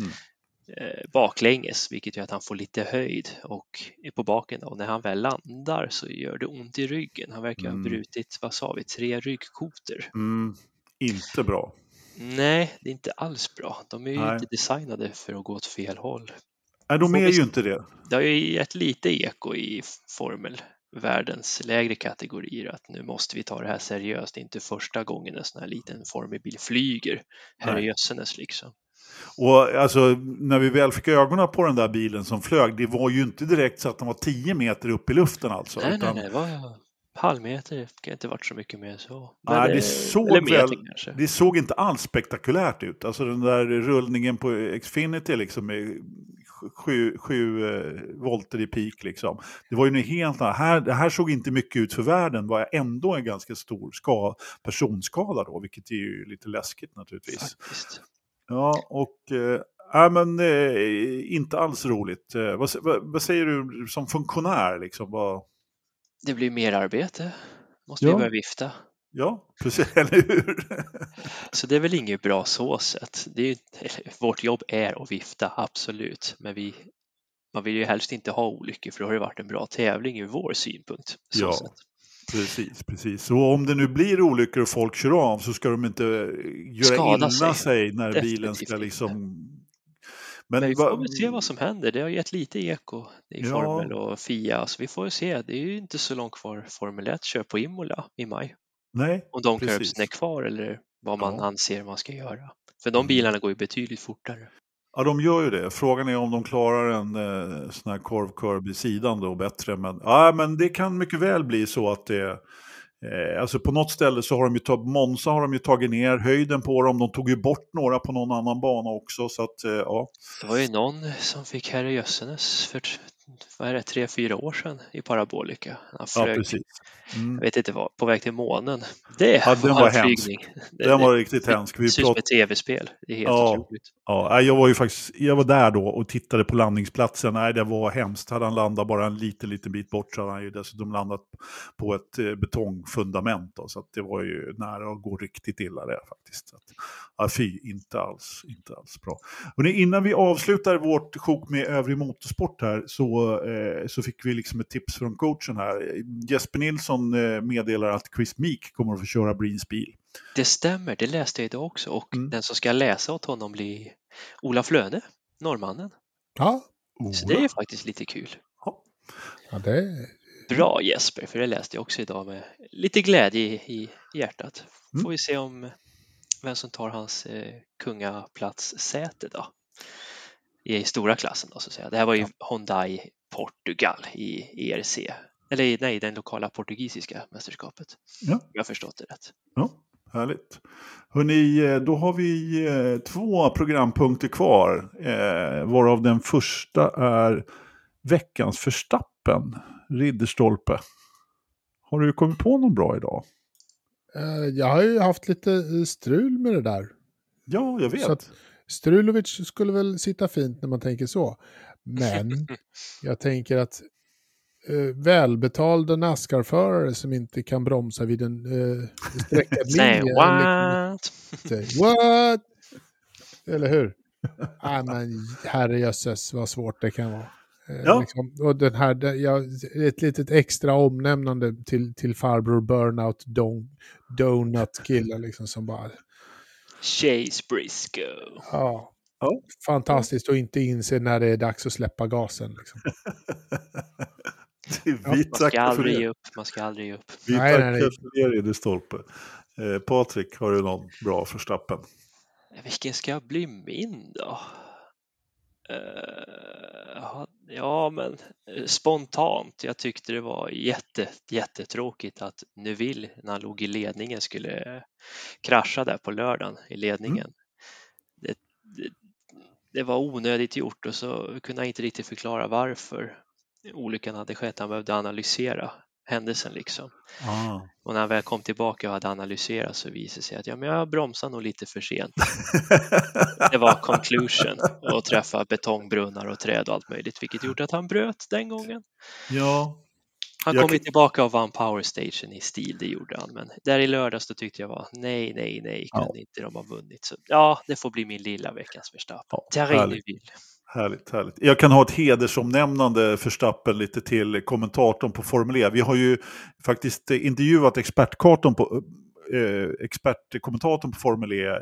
Baklänges, vilket gör att han får lite höjd och är på baken. Och när han väl landar så gör det ont i ryggen. Han verkar ha brutit, 3 ryggkotor. Inte bra. Nej, det är inte alls bra. De är ju inte designade för att gå åt fel håll. Nej, de är ju inte det. Det har ju gett lite eko i formelvärldens lägre kategorier att nu måste vi ta det här seriöst. Det är inte första gången en sån här liten formelbil flyger. Herrejössenes liksom. Och alltså, när vi väl fick ögonen på den där bilen som flög, det var ju inte direkt så att den var 10 meter upp i luften alltså. Nej, det var halvmeter. Det kan inte varit så mycket mer så. Nej, det såg inte alls spektakulärt ut. Alltså den där rullningen på Xfinity liksom med 7 volter i peak liksom. Det var ju något helt annat. Det här såg inte mycket ut för världen. Var ändå en ganska stor personskada då, vilket är ju lite läskigt naturligtvis. Faktiskt. Ja, och inte alls roligt. Vad säger du som funktionär liksom? Det blir mer arbete. Måste vi börja vifta. Ja, precis, eller hur? Så det är väl inget bra så sätt. Vårt jobb är att vifta, absolut. Men man vill ju helst inte ha olyckor, för då har det varit en bra tävling ur vår synpunkt. Så sätt. Precis. Så om det nu blir olyckor och folk kör av, så ska de inte göra illa sig när definitivt bilen ska liksom... Men vi får väl se vad som händer. Det har gett lite eko i Formel och FIA, så vi får se. Det är ju inte så långt kvar. Formel 1 kör på Imola i maj. Nej, om de curbsen är kvar eller vad man anser man ska göra. För de bilarna går ju betydligt fortare. Ja, de gör ju det. Frågan är om de klarar en sån här korvkurv i sidan då bättre. Men det kan mycket väl bli så att det... alltså på något ställe så har de ju Monza har de ju tagit ner höjden på dem. De tog ju bort några på någon annan bana också. Så att, ja. Det var ju någon som fick Herre Jössenes för 3-4 år sedan i parabolika. Han flög, Ja, precis. jag vet inte vad, på väg till månen. Det Ja, den var en hemsk. flygning. Den var riktigt hemsk. Det ser ut som ett tv-spel. Det är helt otroligt. Ja, jag var där då och tittade på landningsplatsen. Nej, det var hemskt. Hade han landat bara en liten bit bort så hade han ju dessutom landat på ett betongfundament. Då, så att det var ju nära att gå riktigt illa där faktiskt. Så att, ja, inte alls bra. Och innan vi avslutar vårt sjok med övrig motorsport här så fick vi liksom ett tips från coachen här. Jesper Nilsson meddelar att Chris Meek kommer att få köra Breens bil. Det stämmer, det läste jag idag också. Och den som ska läsa åt honom blir Olaf Löne, norrmannen. Ja. Så det är faktiskt lite kul. Ja, det är... Bra Jesper, för det läste jag också idag med lite glädje i hjärtat. Får vi se om vem som tar hans kungaplatssäte då. I stora klassen då, så att säga. Det här var ju Hyundai Portugal i ERC. Eller nej, den lokala portugisiska mästerskapet. Ja. Jag har förstått det rätt. Ja, härligt. Hörrni, då har vi 2 programpunkter kvar. Varav den första är veckans Verstappen, Ridderstolpe. Har du kommit på någon bra idag? Jag har ju haft lite strul med det där. Ja, jag vet. Så att Strulovic skulle väl sitta fint när man tänker så. Men jag tänker att välbetalda NASCAR-förare som inte kan bromsa vid en sträckad linje. Say what? What? Eller hur? Men herrejösses vad svårt det kan vara. Ja. Liksom, och den här, ett litet extra omnämnande till farbror Burnout Donut-killar liksom, som bara... Chase Briscoe. Ja. Fantastiskt att inte inse när det är dags att släppa gasen. Liksom. Man ska aldrig ge upp. Vi tackar för det, Ridderstolpe. Patrik, har du någon bra Verstappen? Vilken ska bli min då? Ja, men spontant. Jag tyckte det var jättetråkigt att Neville, när han låg i ledningen, skulle krascha där på lördagen i ledningen. Det var onödigt gjort, och så kunde jag inte riktigt förklara varför olyckan hade skett. Han behövde analysera händelsen liksom. Och när han väl kom tillbaka och hade analyserat så visade det sig att jag bromsade nog lite för sent. Det var conclusion, och träffa betongbrunnar och träd och allt möjligt, vilket gjorde att han bröt den gången. Ja. Han kom tillbaka och vann Power Station i stil, det gjorde han. Men där i lördags då tyckte jag nej, kunde inte de ha vunnit. Så det får bli min lilla veckans Verstappen. Härligt. Jag kan ha ett hedersomnämnande Verstappen lite till kommentatorn på Formel E. Vi har ju faktiskt intervjuat expertkommentatorn på Formel E,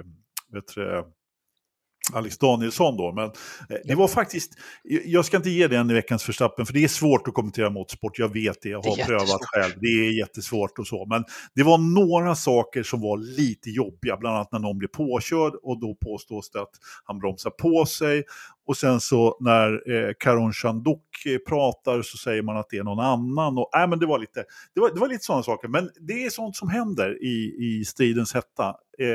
Alex Danielsson då, men det var faktiskt, jag ska inte ge det en veckans Verstappen, för det är svårt att kommentera motorsport, jag vet det, jag har prövat själv, det är jättesvårt och så, men det var några saker som var lite jobbiga, bland annat när någon blev påkörd, och då påstås det att han bromsar på sig, och sen så när Karon Chandok pratar så säger man att det är någon annan, och men det var lite sådana saker, men det är sånt som händer i stridens hetta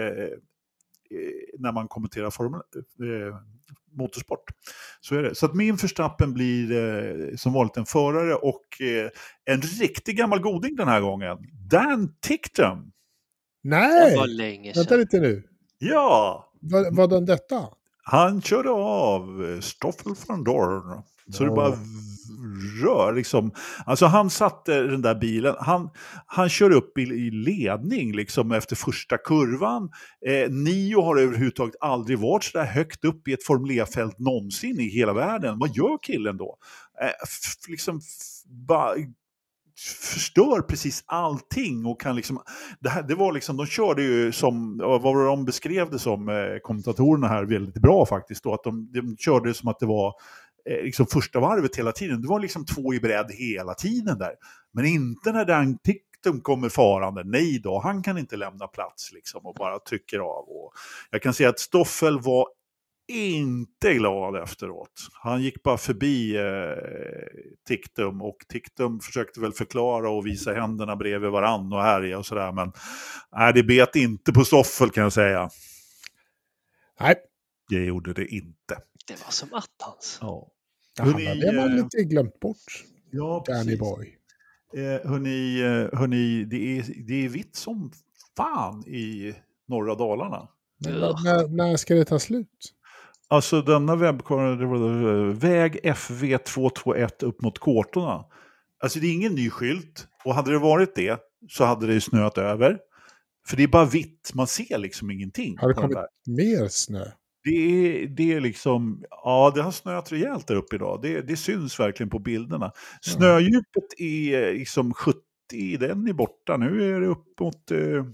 när man kommenterar motorsport. Så är det. Så att min Verstappen blir som vanligt en förare och en riktig gammal goding den här gången. Dan Ticktum. Nej! Det var länge sedan. Vänta lite nu. Ja! Vad den detta? Han körde av Stoffel van Dorn. Så det bara rör liksom. Alltså han satte den där bilen. Han kör upp i ledning liksom efter första kurvan. Nio har överhuvudtaget aldrig varit så där högt upp i ett Formel E-fält någonsin i hela världen. Vad gör killen då? Liksom bara förstör precis allting och kan liksom, det var liksom, de körde ju som, vad de beskrev det som, kommentatorerna här väldigt bra faktiskt då, att de körde det som att det var liksom första varvet hela tiden, det var liksom 2 i bredd hela tiden där, men inte när Dan Ticktum kommer farande, nej då, han kan inte lämna plats liksom och bara trycker av, och jag kan säga att Stoffel var inte glad efteråt. Han gick bara förbi Tictum och Tictum försökte väl förklara och visa händerna bredvid varann och härja och sådär. Men det bet inte på Stoffel kan jag säga. Nej. Det gjorde det inte. Det var som attans. Ja. Han hade man lite glömt bort. Ja, Danny Boy. Hörni, det är vitt som fan i norra Dalarna. Men när ska det ta slut? Alltså denna webbkorren, väg FV221 upp mot Kårtorna. Alltså det är ingen ny skylt. Och hade det varit det så hade det snöat över. För det är bara vitt, man ser liksom ingenting. Har det kommit mer snö? Det är liksom, ja det har snöat rejält där uppe idag. Det syns verkligen på bilderna. Snödjupet är liksom 70, den är borta. Nu är det upp mot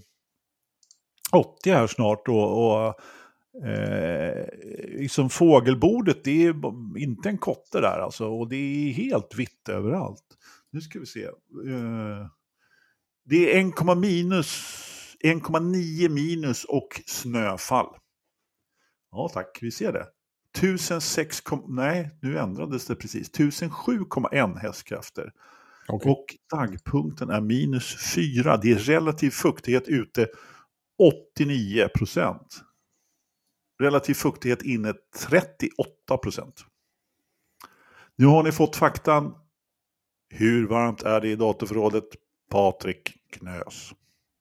80 här snart och liksom fågelbordet, det är inte en kotte där alltså. Och det är helt vitt överallt. Nu ska vi se. Det är 1,9 minus och snöfall. Ja tack, vi ser det. 1006, nej nu ändrades det precis. 1007,1 hästkrafter. Okay. Och dagpunkten är -4. Det är relativ fuktighet ute 89%. Relativ fuktighet inne 38%. Nu har ni fått faktan. Hur varmt är det i datorförrådet? Patrik Knös.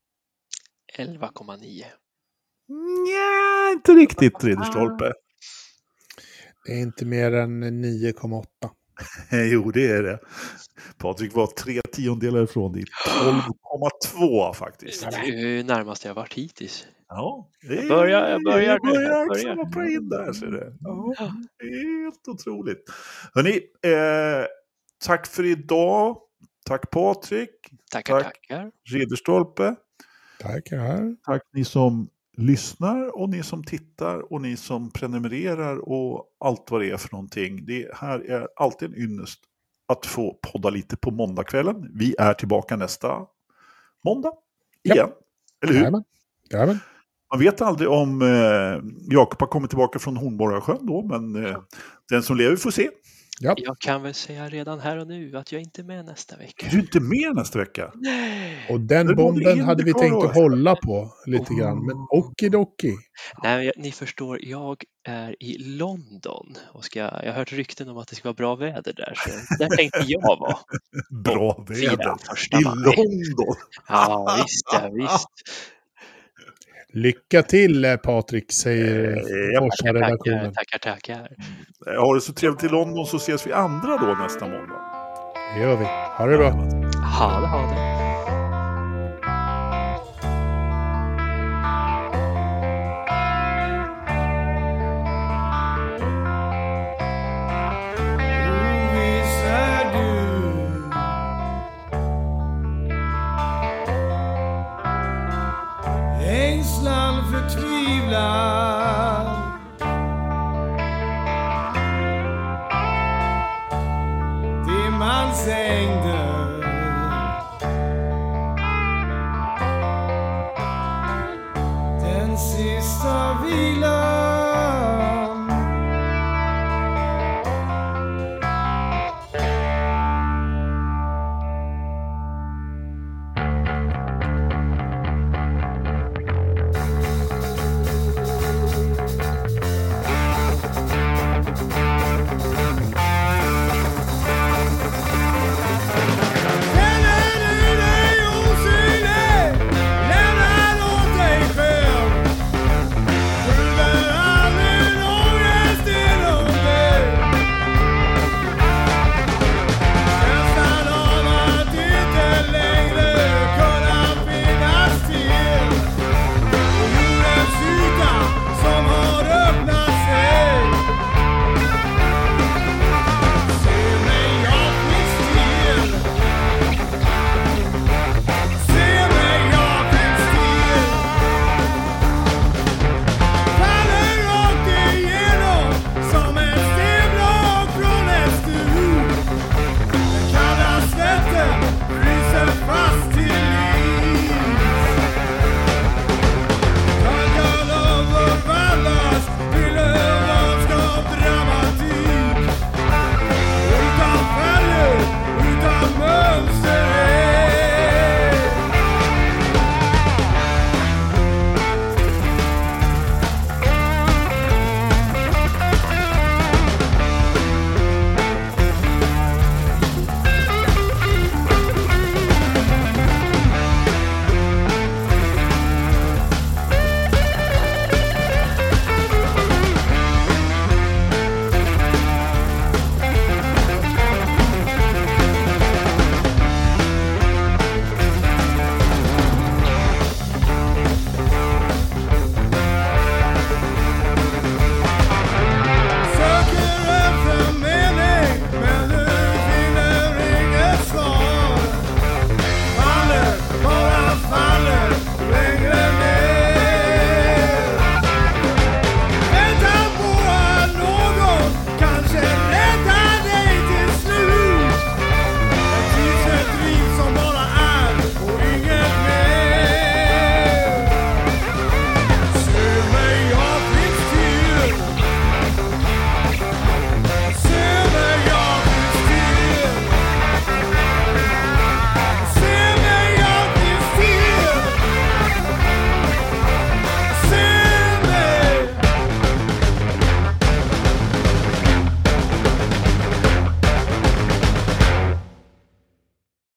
11,9. Nja, inte riktigt Ridderstolpe. Det är inte mer än 9,8. Jo, det är det. Patrik var 3/10 ifrån dit. 12,2 faktiskt. Det är närmast jag varit hittills. Ja, jag börjar komma in där. Så det. Ja, helt otroligt. Hörrni, tack för idag. Tack Patrik. Tackar. Ridderstolpe. Tackar. Tack ni som lyssnar och ni som tittar och ni som prenumererar och allt vad det är för någonting. Det här är alltid en ynnest att få podda lite på måndagskvällen. Vi är tillbaka nästa måndag igen. Ja. Eller hur? Jajamän. Man vet aldrig om Jakob har kommit tillbaka från Hornborgasjön då, men den som lever får se. Ja. Jag kan väl säga redan här och nu att jag inte är med nästa vecka. Du är inte med nästa vecka? Nej. Och den bomben hade vi tänkt att hålla på lite grann, men okidoki. Nej, ni förstår, jag är i London och jag har hört rykten om att det ska vara bra väder där, så där tänkte jag vara. Bra väder? I London? Ja, visst. Lycka till Patrik, säger Forsa-redaktionen. Tackar. Har det så trevligt i London så ses vi andra då nästa måndag. Det gör vi. Ha det bra. Ha det. Ängslan förtvivlan